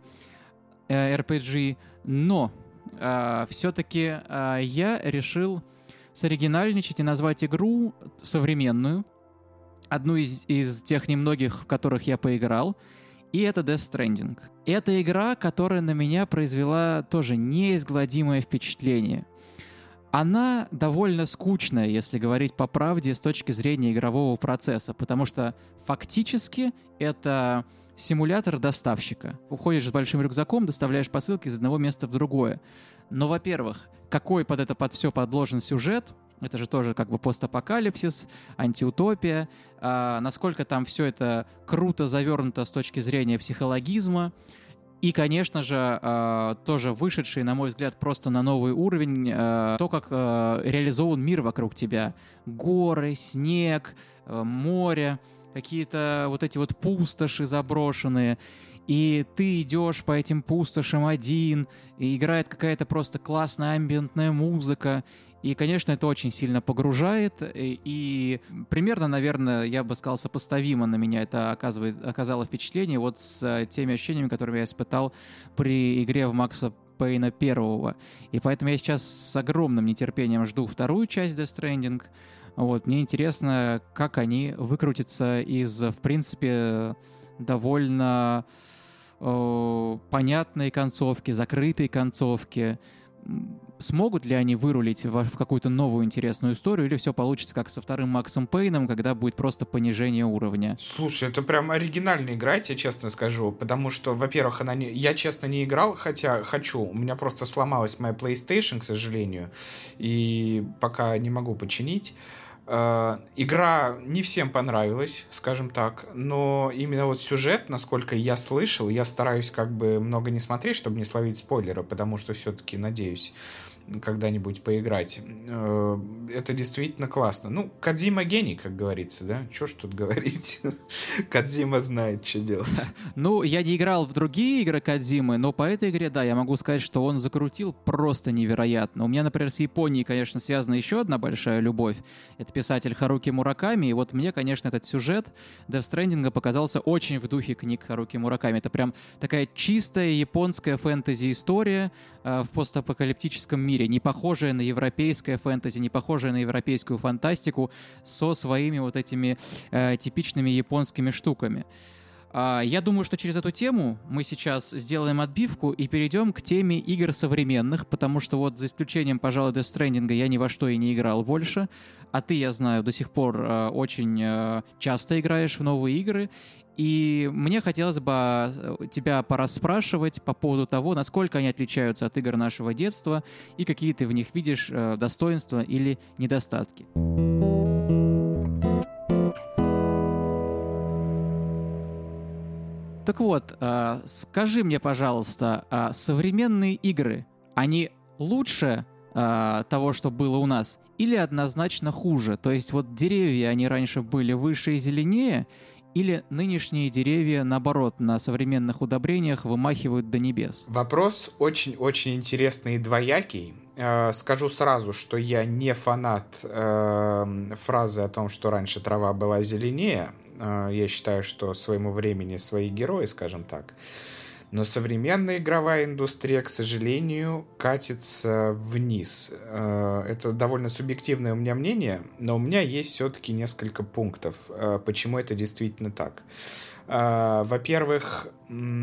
RPG. Но все-таки я решил соригинальничать и назвать игру современную. Одну из тех немногих, в которых я поиграл. И это Death Stranding. Это игра, которая на меня произвела тоже неизгладимое впечатление. Она довольно скучная, если говорить по правде, с точки зрения игрового процесса, потому что фактически это симулятор доставщика. Уходишь с большим рюкзаком, доставляешь посылки из одного места в другое. Но, во-первых, какой под все подложен сюжет? Это же тоже как бы постапокалипсис, антиутопия. Насколько там все это круто завернуто с точки зрения психологизма. И, конечно же, тоже вышедший, на мой взгляд, просто на новый уровень, то, как реализован мир вокруг тебя. Горы, снег, море, какие-то вот эти вот пустоши заброшенные. И ты идешь по этим пустошам один, и играет какая-то просто классная амбиентная музыка. И, конечно, это очень сильно погружает, и примерно, наверное, я бы сказал, сопоставимо на меня это оказало впечатление вот с теми ощущениями, которые я испытал при игре в Макса Пейна 1. И поэтому я сейчас с огромным нетерпением жду вторую часть Death Stranding. Вот, мне интересно, как они выкрутятся из, в принципе, довольно понятной концовки, закрытой концовки. Смогут ли они вырулить в какую-то новую интересную историю, или все получится как со вторым Максом Пейном, когда будет просто понижение уровня? Слушай, это прям оригинальная игра, я тебе честно скажу, потому что, во-первых, я, честно, не играл, хотя хочу. У меня просто сломалась моя PlayStation, к сожалению, и пока не могу починить. Игра не всем понравилась, скажем так, но именно вот сюжет, насколько я слышал, я стараюсь как бы много не смотреть, чтобы не словить спойлеры, потому что все-таки надеюсь когда-нибудь поиграть. Это действительно классно. Ну, Кодзима гений, как говорится, да? Чё ж тут говорить? Кодзима знает, что делать. Ну, я не играл в другие игры Кодзимы, но по этой игре, да, я могу сказать, что он закрутил просто невероятно. У меня, например, с Японией, конечно, связана еще одна большая любовь. Это писатель Харуки Мураками, и вот мне, конечно, этот сюжет Death Stranding показался очень в духе книг Харуки Мураками. Это прям такая чистая японская фэнтези-история в постапокалиптическом мире, не похожая на европейское фэнтези, не похожая на европейскую фантастику со своими вот этими типичными японскими штуками. Я думаю, что через эту тему мы сейчас сделаем отбивку и перейдем к теме игр современных, потому что вот за исключением, пожалуй, Death Stranding я ни во что и не играл больше, а ты, я знаю, до сих пор очень часто играешь в новые игры, и мне хотелось бы тебя порасспрашивать по поводу того, насколько они отличаются от игр нашего детства и какие ты в них видишь достоинства или недостатки. Так вот, скажи мне, пожалуйста, современные игры, они лучше того, что было у нас, или однозначно хуже? То есть вот деревья, они раньше были выше и зеленее, или нынешние деревья, наоборот, на современных удобрениях вымахивают до небес? Вопрос очень-очень интересный и двоякий. Скажу сразу, что я не фанат фразы о том, что раньше трава была зеленее. Я считаю, что своему времени свои герои, скажем так. Но современная игровая индустрия, к сожалению, катится вниз. Это довольно субъективное у меня мнение, но у меня есть все-таки несколько пунктов, почему это действительно так. Во-первых,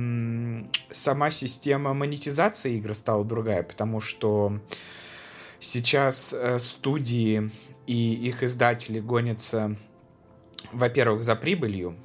сама система монетизации игр стала другая, потому что сейчас студии и их издатели гонятся, во-первых, за прибылью,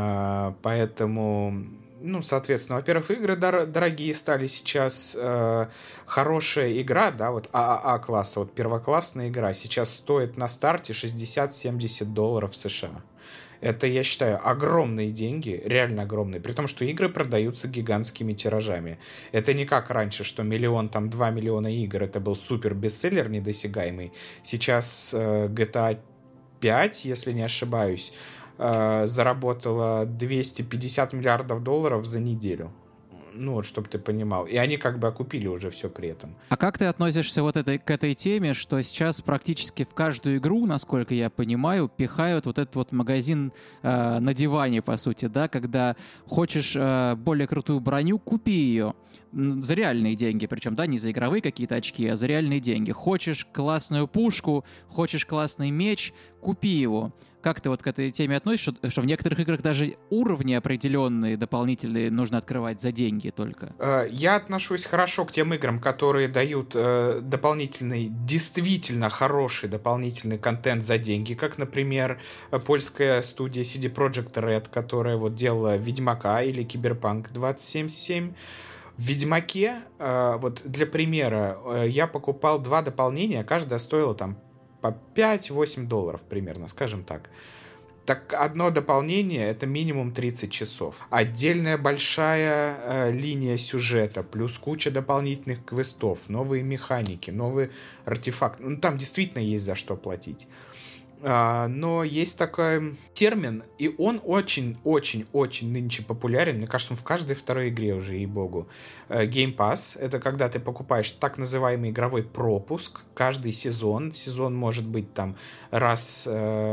поэтому, соответственно, во-первых, игры дорогие стали сейчас. Хорошая игра, да, вот ААА-класса, вот первоклассная игра сейчас стоит на старте $60-70 США. Это, я считаю, огромные деньги, реально огромные, при том, что игры продаются гигантскими тиражами. Это не как раньше, что 2 миллиона игр, это был супер бестселлер недосягаемый. Сейчас GTA 5, если не ошибаюсь, заработала $250 миллиардов за неделю. Вот, чтобы ты понимал. И они как бы окупили уже все при этом. А как ты относишься вот к этой теме, что сейчас практически в каждую игру, насколько я понимаю, пихают вот этот вот магазин на диване, по сути, да, когда хочешь более крутую броню, купи ее за реальные деньги, причем, да, не за игровые какие-то очки, а за реальные деньги. Хочешь классную пушку, хочешь классный меч, купи его. Как ты вот к этой теме относишься, что в некоторых играх даже уровни определенные, дополнительные, нужно открывать за деньги только? Я отношусь хорошо к тем играм, которые дают дополнительный, действительно хороший дополнительный контент за деньги, как, например, польская студия CD Projekt Red, которая вот делала Ведьмака или Киберпанк 2077. В Ведьмаке, вот для примера, я покупал 2 дополнения, каждое стоило там по $5-8 примерно, скажем так. Так одно дополнение — это минимум 30 часов. Отдельная большая линия сюжета, плюс куча дополнительных квестов, новые механики, новые артефакты. Там действительно есть за что платить. Но есть такой термин, и он очень-очень-очень нынче популярен. Мне кажется, он в каждой второй игре уже, ей-богу. Game Pass — это когда ты покупаешь так называемый игровой пропуск каждый сезон. Сезон может быть там раз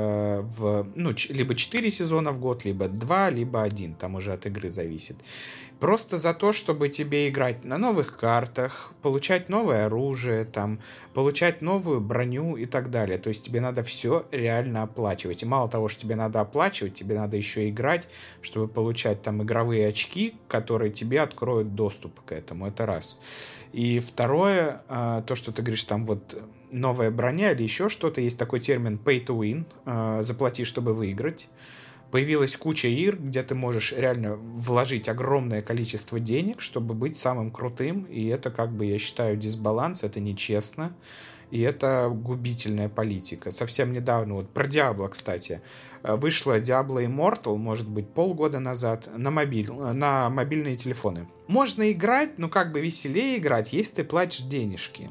либо 4 сезона в год, либо 2, либо 1. Там уже от игры зависит. Просто за то, чтобы тебе играть на новых картах, получать новое оружие, там, получать новую броню и так далее. То есть тебе надо все реально оплачивать. И мало того, что тебе надо оплачивать, тебе надо еще играть, чтобы получать там игровые очки, которые тебе откроют доступ к этому. Это раз. И второе, то, что ты говоришь, там вот новая броня или еще что-то, есть такой термин pay to win, заплати, чтобы выиграть. Появилась куча игр, где ты можешь реально вложить огромное количество денег, чтобы быть самым крутым, и это, как бы, я считаю, дисбаланс, это нечестно. и это губительная политика. Совсем недавно, вот про Diablo, кстати, вышла Diablo Immortal, может быть, полгода назад, на мобильные телефоны. Можно играть, но как бы веселее играть, если ты платишь денежки.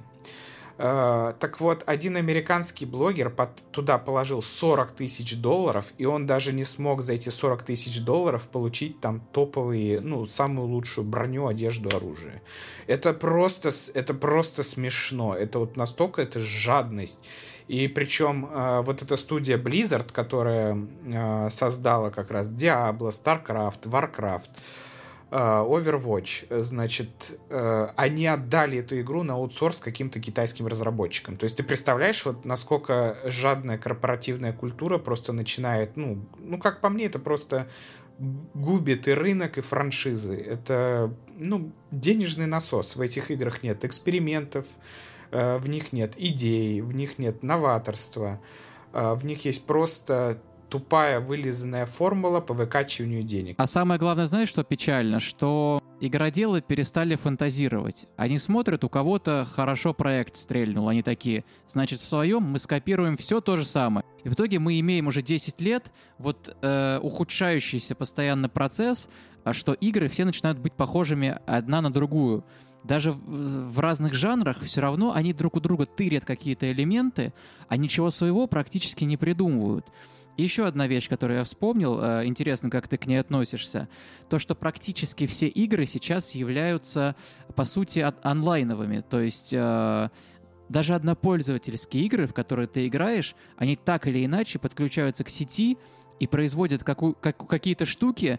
Так вот, один американский блогер туда положил $40 тысяч, и он даже не смог за эти $40 тысяч получить там топовые, ну, самую лучшую броню, одежду, оружие. Это просто смешно. Это вот настолько это жадность. И причем вот эта студия Blizzard, которая создала как раз Diablo, StarCraft, Warcraft, Overwatch, значит, они отдали эту игру на аутсорс каким-то китайским разработчикам. То есть ты представляешь, вот насколько жадная корпоративная культура просто начинает, ну, как по мне, это просто губит и рынок, и франшизы. Это, ну, денежный насос. В этих играх нет экспериментов, в них нет идей, в них нет новаторства, в них есть просто тупая вылизанная формула по выкачиванию денег. А самое главное, знаешь, что печально? Что игроделы перестали фантазировать. Они смотрят, у кого-то хорошо проект стрельнул. Они такие, значит, в своем мы скопируем все то же самое. И в итоге мы имеем уже 10 лет вот ухудшающийся постоянно процесс, что игры все начинают быть похожими одна на другую. Даже в разных жанрах все равно они друг у друга тырят какие-то элементы, а ничего своего практически не придумывают. И еще одна вещь, которую я вспомнил, интересно, как ты к ней относишься, то, что практически все игры сейчас являются, по сути, онлайновыми. То есть даже однопользовательские игры, в которые ты играешь, они так или иначе подключаются к сети и производят какие-то штуки,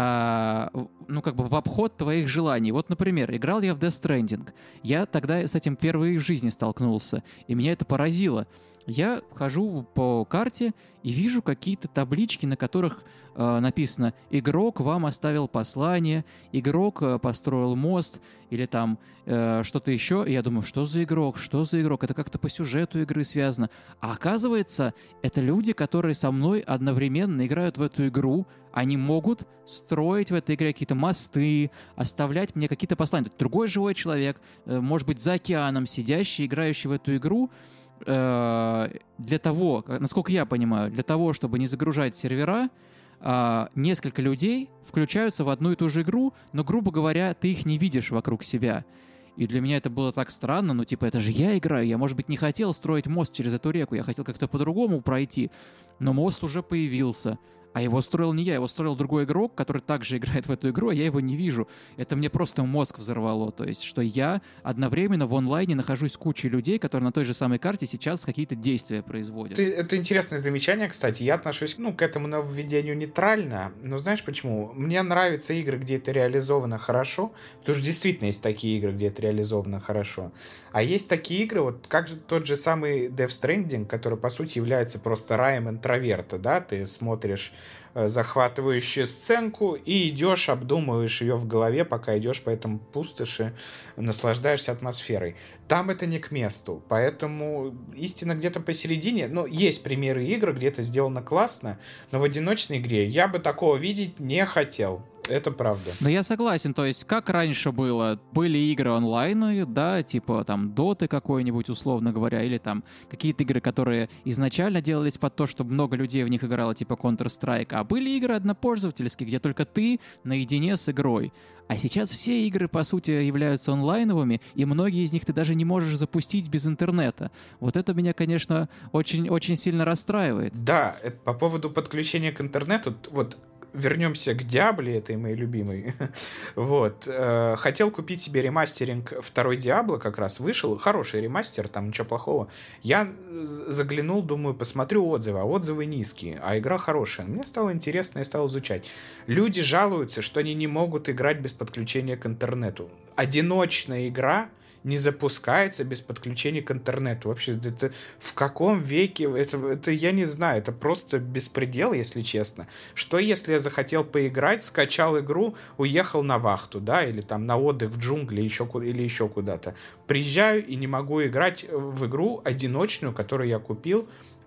ну, как бы в обход твоих желаний. Вот, например, играл я в Death Stranding. Я тогда с этим впервые в жизни столкнулся, и меня это поразило. Я хожу по карте и вижу какие-то таблички, на которых написано «Игрок вам оставил послание», «Игрок построил мост» или там что-то еще. И я думаю, что за игрок, что за игрок? Это как-то по сюжету игры связано. А оказывается, это люди, которые со мной одновременно играют в эту игру. Они могут строить в этой игре какие-то мосты, оставлять мне какие-то послания. Другой живой человек, может быть, за океаном сидящий, играющий в эту игру, для того, насколько я понимаю, для того, чтобы не загружать сервера, несколько людей включаются в одну и ту же игру, но, грубо говоря, ты их не видишь вокруг себя. И для меня это было так странно, ну, типа, это же я играю, я, может быть, не хотел строить мост через эту реку, я хотел как-то по-другому пройти, но мост уже появился. А его строил не я, его строил другой игрок, который также играет в эту игру, а я его не вижу. Это мне просто мозг взорвало. То есть, что я одновременно в онлайне нахожусь с кучей людей, которые на той же самой карте сейчас какие-то действия производят. Это интересное замечание, кстати. Я отношусь, к этому нововведению нейтрально. Но знаешь почему? Мне нравятся игры, где это реализовано хорошо. Потому что действительно есть такие игры, где это реализовано хорошо. А есть такие игры, вот как же тот же самый Death Stranding, который, по сути, является просто раем интроверта, да? Ты смотришь захватывающую сценку и идешь, обдумываешь ее в голове, пока идешь по этому пустоши, наслаждаешься атмосферой. Там это не к месту, поэтому истина где-то посередине. Ну, есть примеры игр, где это сделано классно, но в одиночной игре я бы такого видеть не хотел. Это правда. Но я согласен, то есть как раньше было, были игры онлайн, да, типа там Доты какой-нибудь, условно говоря, или там какие-то игры, которые изначально делались под то, чтобы много людей в них играло, типа Counter-Strike, а были игры однопользовательские, где только ты наедине с игрой. А сейчас все игры, по сути, являются онлайновыми, и многие из них ты даже не можешь запустить без интернета. Вот это меня, конечно, очень сильно расстраивает. Да, по поводу подключения к интернету, вот вернемся к Диабле, этой моей любимой. Вот. Хотел купить себе ремастеринг второй Диабло, как раз вышел. Хороший ремастер, там ничего плохого. Я заглянул, думаю, посмотрю отзывы. А отзывы низкие, а игра хорошая. Мне стало интересно, я стал изучать. Люди жалуются, что они не могут играть без подключения к интернету. Одиночная игра не запускается без подключения к интернету. Вообще, это в каком веке? Это я не знаю. Это просто беспредел, если честно. Что если я захотел поиграть, скачал игру, уехал на вахту, да, или там на отдых в джунгли или еще куда-то. Приезжаю и не могу играть в игру одиночную, которую я купил,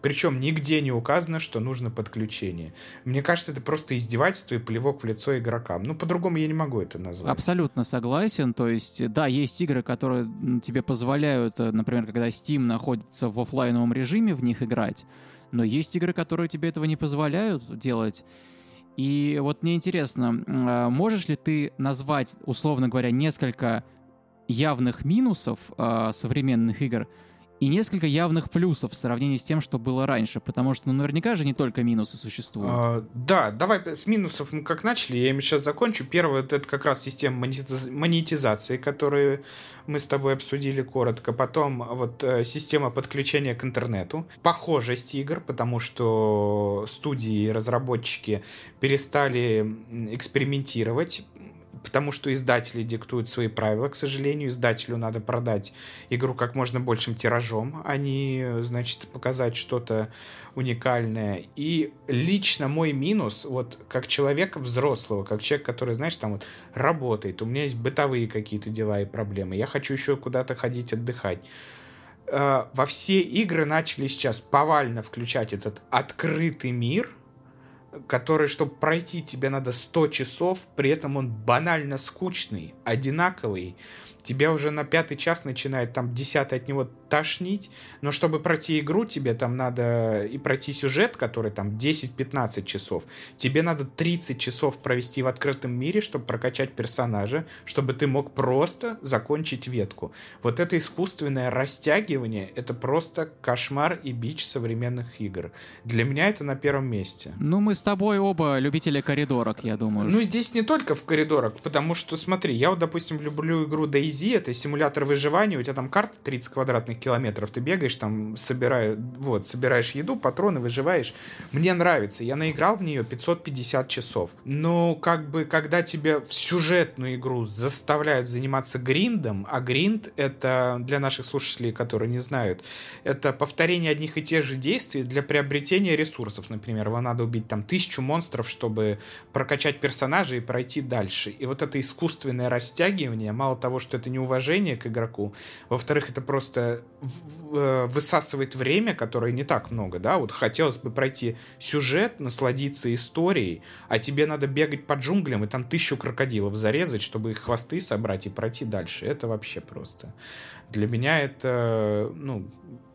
Причем нигде не указано, что нужно подключение. Мне кажется, это просто издевательство и плевок в лицо игрокам. Ну, по-другому я не могу это назвать. Абсолютно согласен. То есть, да, есть игры, которые тебе позволяют, например, когда Steam находится в оффлайновом режиме, в них играть. Но есть игры, которые тебе этого не позволяют делать. И вот мне интересно, можешь ли ты назвать, условно говоря, несколько явных минусов современных игр и несколько явных плюсов в сравнении с тем, что было раньше? Потому что, наверняка же не только минусы существуют. Да, давай с минусов мы как начали, я ими сейчас закончу. Первое, это как раз система монетизации, которую мы с тобой обсудили коротко. Потом вот система подключения к интернету. Похожесть игр, потому что студии и разработчики перестали экспериментировать, потому что издатели диктуют свои правила, к сожалению. Издателю надо продать игру как можно большим тиражом, а не, значит, показать что-то уникальное. И лично мой минус, вот как человека взрослого, как человек, который, знаешь, там вот работает, у меня есть бытовые какие-то дела и проблемы, я хочу еще куда-то ходить отдыхать. Во все игры начали сейчас повально включать этот открытый мир, который, чтобы пройти, тебе надо 100 часов, при этом он банально скучный, одинаковый. Тебя уже на 5-й час начинает там 10-й от него тошнить, но чтобы пройти игру, тебе там надо и пройти сюжет, который там 10-15 часов. Тебе надо 30 часов провести в открытом мире, чтобы прокачать персонажа, чтобы ты мог просто закончить ветку. Вот это искусственное растягивание, это просто кошмар и бич современных игр. Для меня это на первом месте. Ну, мы с тобой оба любители коридорок, я думаю. Ну, здесь не только в коридорах, потому что, смотри, я вот, допустим, люблю игру DayZ, это симулятор выживания, у тебя там карта 30 квадратных километров, ты бегаешь там, собираешь еду, патроны, выживаешь. Мне нравится, я наиграл в нее 550 часов. Но как бы, когда тебя в сюжетную игру заставляют заниматься гриндом, а гринд это, для наших слушателей, которые не знают, это повторение одних и тех же действий для приобретения ресурсов. Например, вам надо убить там 1000 монстров, чтобы прокачать персонажа и пройти дальше. И вот это искусственное растягивание, мало того, что это неуважение к игроку, во-вторых, это просто высасывает время, которое не так много, да, вот хотелось бы пройти сюжет, насладиться историей, а тебе надо бегать по джунглям и там 1000 крокодилов зарезать, чтобы их хвосты собрать и пройти дальше. Это вообще просто. Для меня это, ну,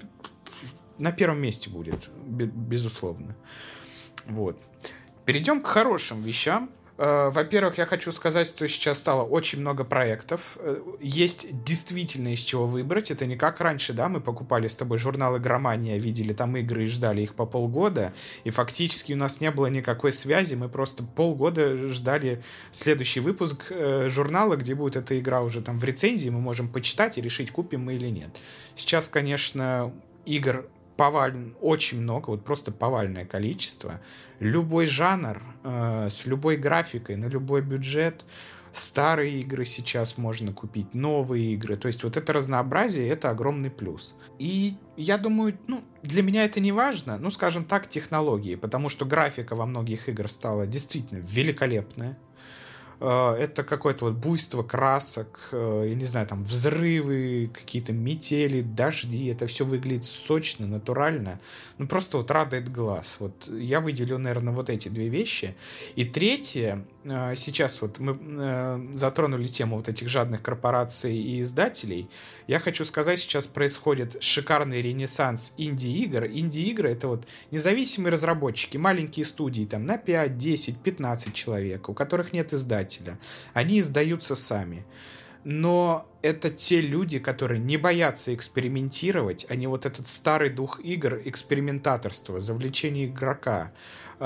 на первом месте будет, безусловно. Вот. Перейдем к хорошим вещам. Во-первых, я хочу сказать, что сейчас стало очень много проектов. Есть действительно из чего выбрать. Это не как раньше, да, мы покупали с тобой журнал «Игромания», видели там игры и ждали их по полгода, и фактически у нас не было никакой связи, мы просто полгода ждали следующий выпуск журнала, где будет эта игра уже там в рецензии, мы можем почитать и решить, купим мы или нет. Сейчас, конечно, игр очень много, вот просто повальное количество. Любой жанр, с любой графикой, на любой бюджет. Старые игры сейчас можно купить, новые игры. То есть вот это разнообразие, это огромный плюс. И я думаю, ну, для меня это не важно, ну, скажем так, технологии, потому что графика во многих играх стала действительно великолепная. Это какое-то вот буйство красок, я не знаю, там взрывы, какие-то метели, дожди. Это все выглядит сочно, натурально. Ну, просто вот радует глаз. Вот я выделю, наверное, вот эти две вещи. И третье, сейчас вот мы затронули тему вот этих жадных корпораций и издателей. Я хочу сказать, сейчас происходит шикарный ренессанс инди-игр. Инди-игры — это вот независимые разработчики, маленькие студии, там на 5, 10, 15 человек, у которых нет издателя. Они издаются сами. Но это те люди, которые не боятся экспериментировать, они вот этот старый дух игр, экспериментаторства, завлечение игрока,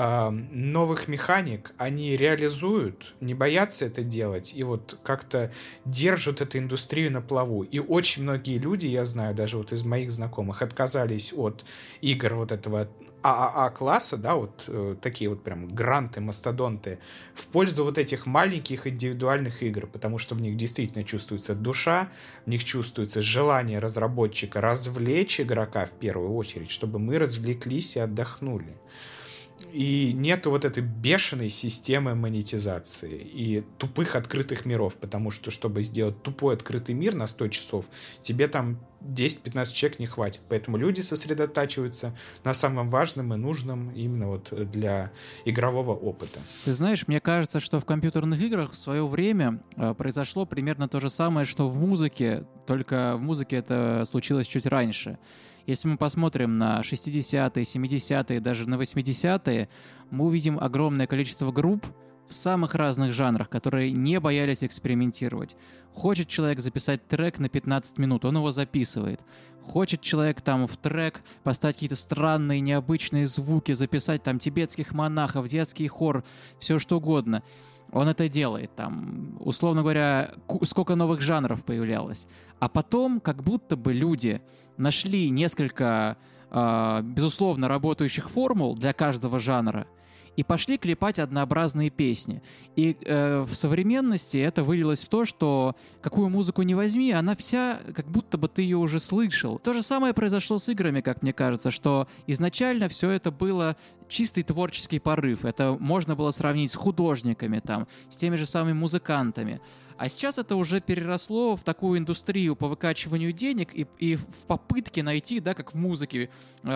новых механик, они реализуют, не боятся это делать и вот как-то держат эту индустрию на плаву. И очень многие люди, я знаю, даже вот из моих знакомых, отказались от игр вот этого ААА-класса, да, вот такие вот прям гранты, мастодонты, в пользу вот этих маленьких индивидуальных игр, потому что в них действительно чувствуется душа, в них чувствуется желание разработчика развлечь игрока в первую очередь, чтобы мы развлеклись и отдохнули. и нету вот этой бешеной системы монетизации и тупых открытых миров, потому что, чтобы сделать тупой открытый мир на 100 часов, тебе там 10-15 человек не хватит. Поэтому люди сосредотачиваются на самом важном и нужном именно вот для игрового опыта. Ты знаешь, мне кажется, что в компьютерных играх в свое время произошло примерно то же самое, что в музыке, только в музыке это случилось чуть раньше. Если мы посмотрим на 60-е, 70-е, даже на 80-е, мы увидим огромное количество групп в самых разных жанрах, которые не боялись экспериментировать. Хочет человек записать трек на 15 минут, он его записывает. Хочет человек там в трек поставить какие-то странные, необычные звуки, записать там тибетских монахов, детский хор, все что угодно. Он это делает, там, условно говоря, сколько новых жанров появлялось. А потом, как будто бы люди нашли несколько, безусловно, работающих формул для каждого жанра и пошли клепать однообразные песни. И в современности это вылилось в то, что какую музыку ни возьми, она вся, как будто бы ты ее уже слышал. То же самое произошло с играми, как мне кажется, что изначально все это было чистый творческий порыв. Это можно было сравнить с художниками, там, с теми же самыми музыкантами. А сейчас это уже переросло в такую индустрию по выкачиванию денег и в попытке найти, да, как в музыке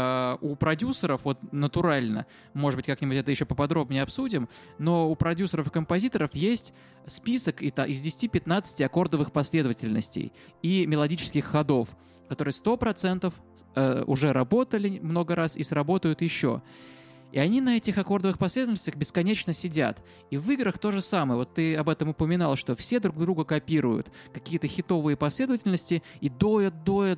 у продюсеров, вот натурально, может быть, как-нибудь это еще поподробнее обсудим, но у продюсеров и композиторов есть список из 10-15 аккордовых последовательностей и мелодических ходов, которые 100% уже работали много раз и сработают еще. И они на этих аккордовых последовательностях бесконечно сидят. И в играх то же самое. Вот ты об этом упоминал, что все друг друга копируют. Какие-то хитовые последовательности и доят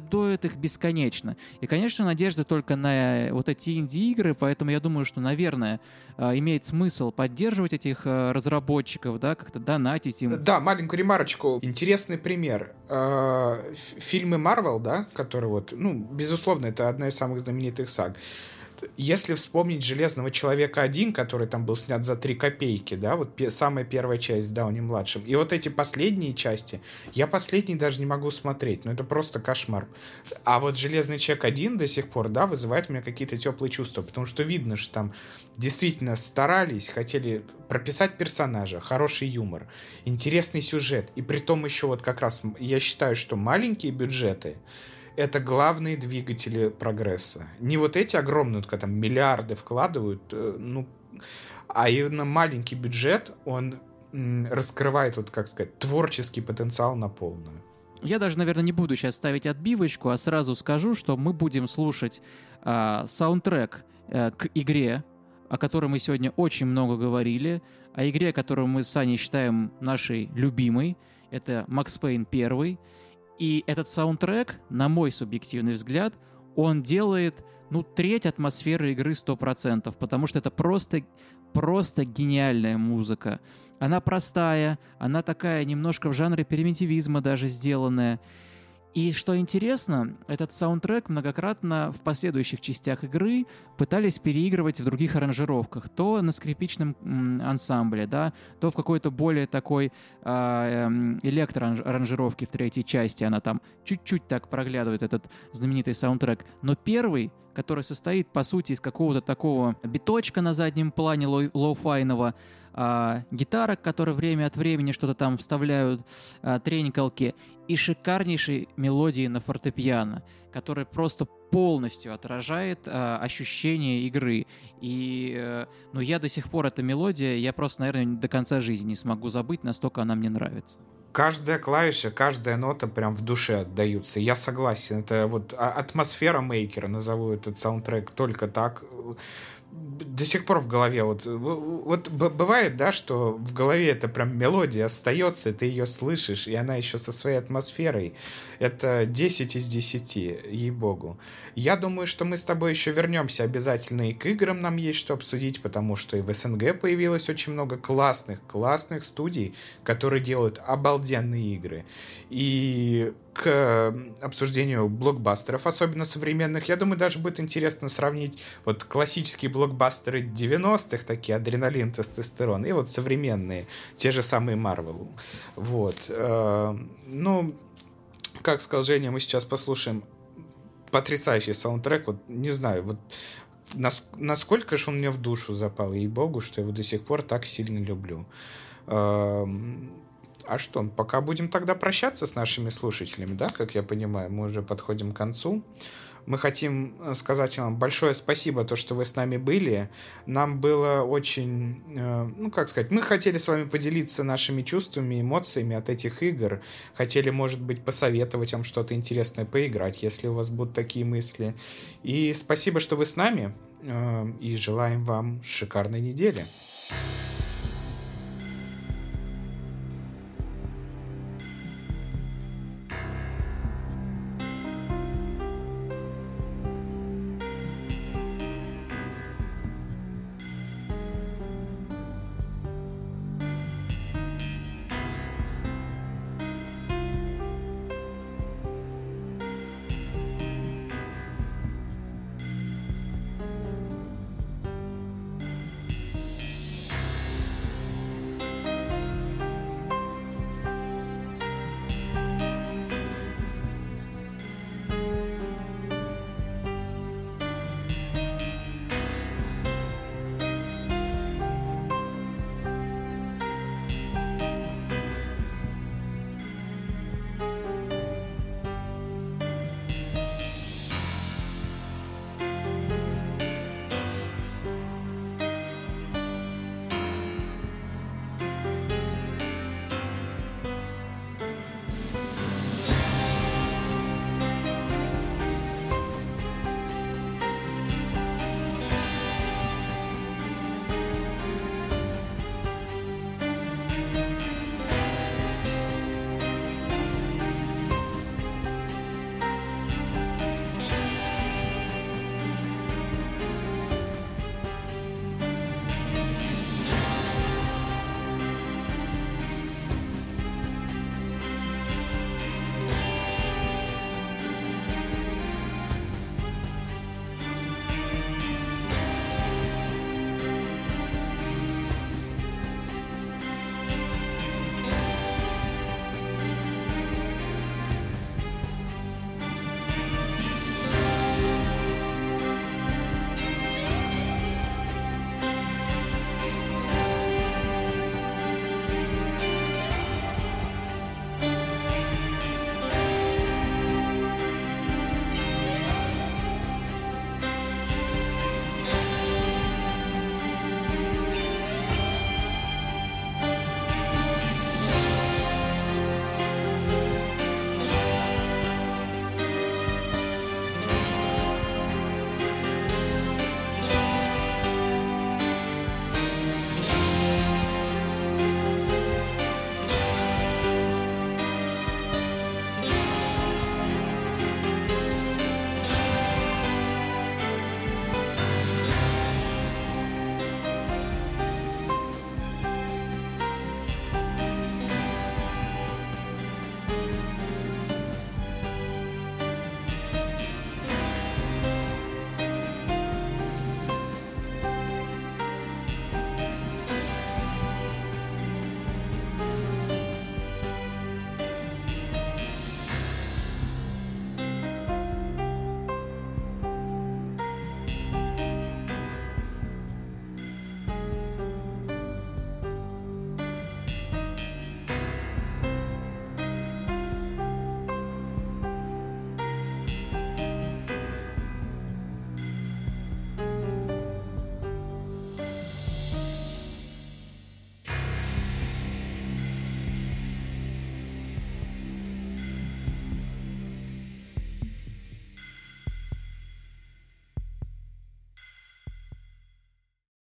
их бесконечно. И, конечно, надежда только на вот эти инди-игры, поэтому я думаю, что, наверное, имеет смысл поддерживать этих разработчиков, да, как-то донатить им. Да, маленькую ремарочку. Интересный пример. Фильмы Marvel, да, которые вот, ну, безусловно, это одна из самых знаменитых саг. Если вспомнить «Железного человека 1», который там был снят за 3 копейки, да, вот самая первая часть с Дауни-младшим, и вот эти последние части, я последний даже не могу смотреть, ну это просто кошмар. А вот «Железный человек 1» до сих пор, да, вызывает у меня какие-то теплые чувства, потому что видно, что там действительно старались, хотели прописать персонажа, хороший юмор, интересный сюжет, и при том еще вот как раз я считаю, что маленькие бюджеты это главные двигатели прогресса. Не вот эти огромные, когда там миллиарды вкладывают, ну, а именно маленький бюджет, он раскрывает, вот как сказать, творческий потенциал на полную. Я даже, наверное, не буду сейчас ставить отбивочку, а сразу скажу, что мы будем слушать саундтрек к игре, о которой мы сегодня очень много говорили, о игре, которую мы с Аней считаем нашей любимой. Это Max Payne 1. И этот саундтрек, на мой субъективный взгляд, он делает, ну, треть атмосферы игры 100%, потому что это просто гениальная музыка. Она простая, она такая немножко в жанре примитивизма даже сделанная. И что интересно, этот саундтрек многократно в последующих частях игры пытались переигрывать в других аранжировках. То на скрипичном ансамбле, да, то в какой-то более такой электроаранжировке в третьей части. Она там чуть-чуть так проглядывает, этот знаменитый саундтрек. Но первый, который состоит, по сути, из какого-то такого биточка на заднем плане лоу-файного, гитарок, которые время от времени что-то там вставляют, тренькалки, и шикарнейшей мелодии на фортепиано, которая просто полностью отражает ощущение игры. И ну, я до сих пор, эта мелодия, я просто, наверное, до конца жизни не смогу забыть, настолько она мне нравится. Каждая клавиша, каждая нота прям в душе отдаются. Я согласен. Это вот атмосфера мейкера, назову этот саундтрек только так. До сих пор в голове вот бывает, да, что в голове это прям мелодия остается, ты ее слышишь, и она еще со своей атмосферой. Это 10 из 10, ей-богу. Я думаю, что мы с тобой еще вернемся обязательно, и к играм нам есть что обсудить, потому что и в СНГ появилось очень много классных студий, которые делают обалденные игры. И к обсуждению блокбастеров, особенно современных, я думаю, даже будет интересно сравнить вот классические блокбастеры 90-х, такие «Адреналин», «Тестостерон», и вот современные, те же самые Marvel. Вот. Ну, как сказал Женя, мы сейчас послушаем потрясающий саундтрек, вот не знаю, вот насколько же он мне в душу запал, ей-богу, что я его до сих пор так сильно люблю. А что, пока будем тогда прощаться с нашими слушателями, да, как я понимаю, мы уже подходим к концу. Мы хотим сказать вам большое спасибо, то, что вы с нами были. Нам было очень, мы хотели с вами поделиться нашими чувствами, эмоциями от этих игр. Хотели, может быть, посоветовать вам что-то интересное поиграть, если у вас будут такие мысли. И спасибо, что вы с нами, и желаем вам шикарной недели.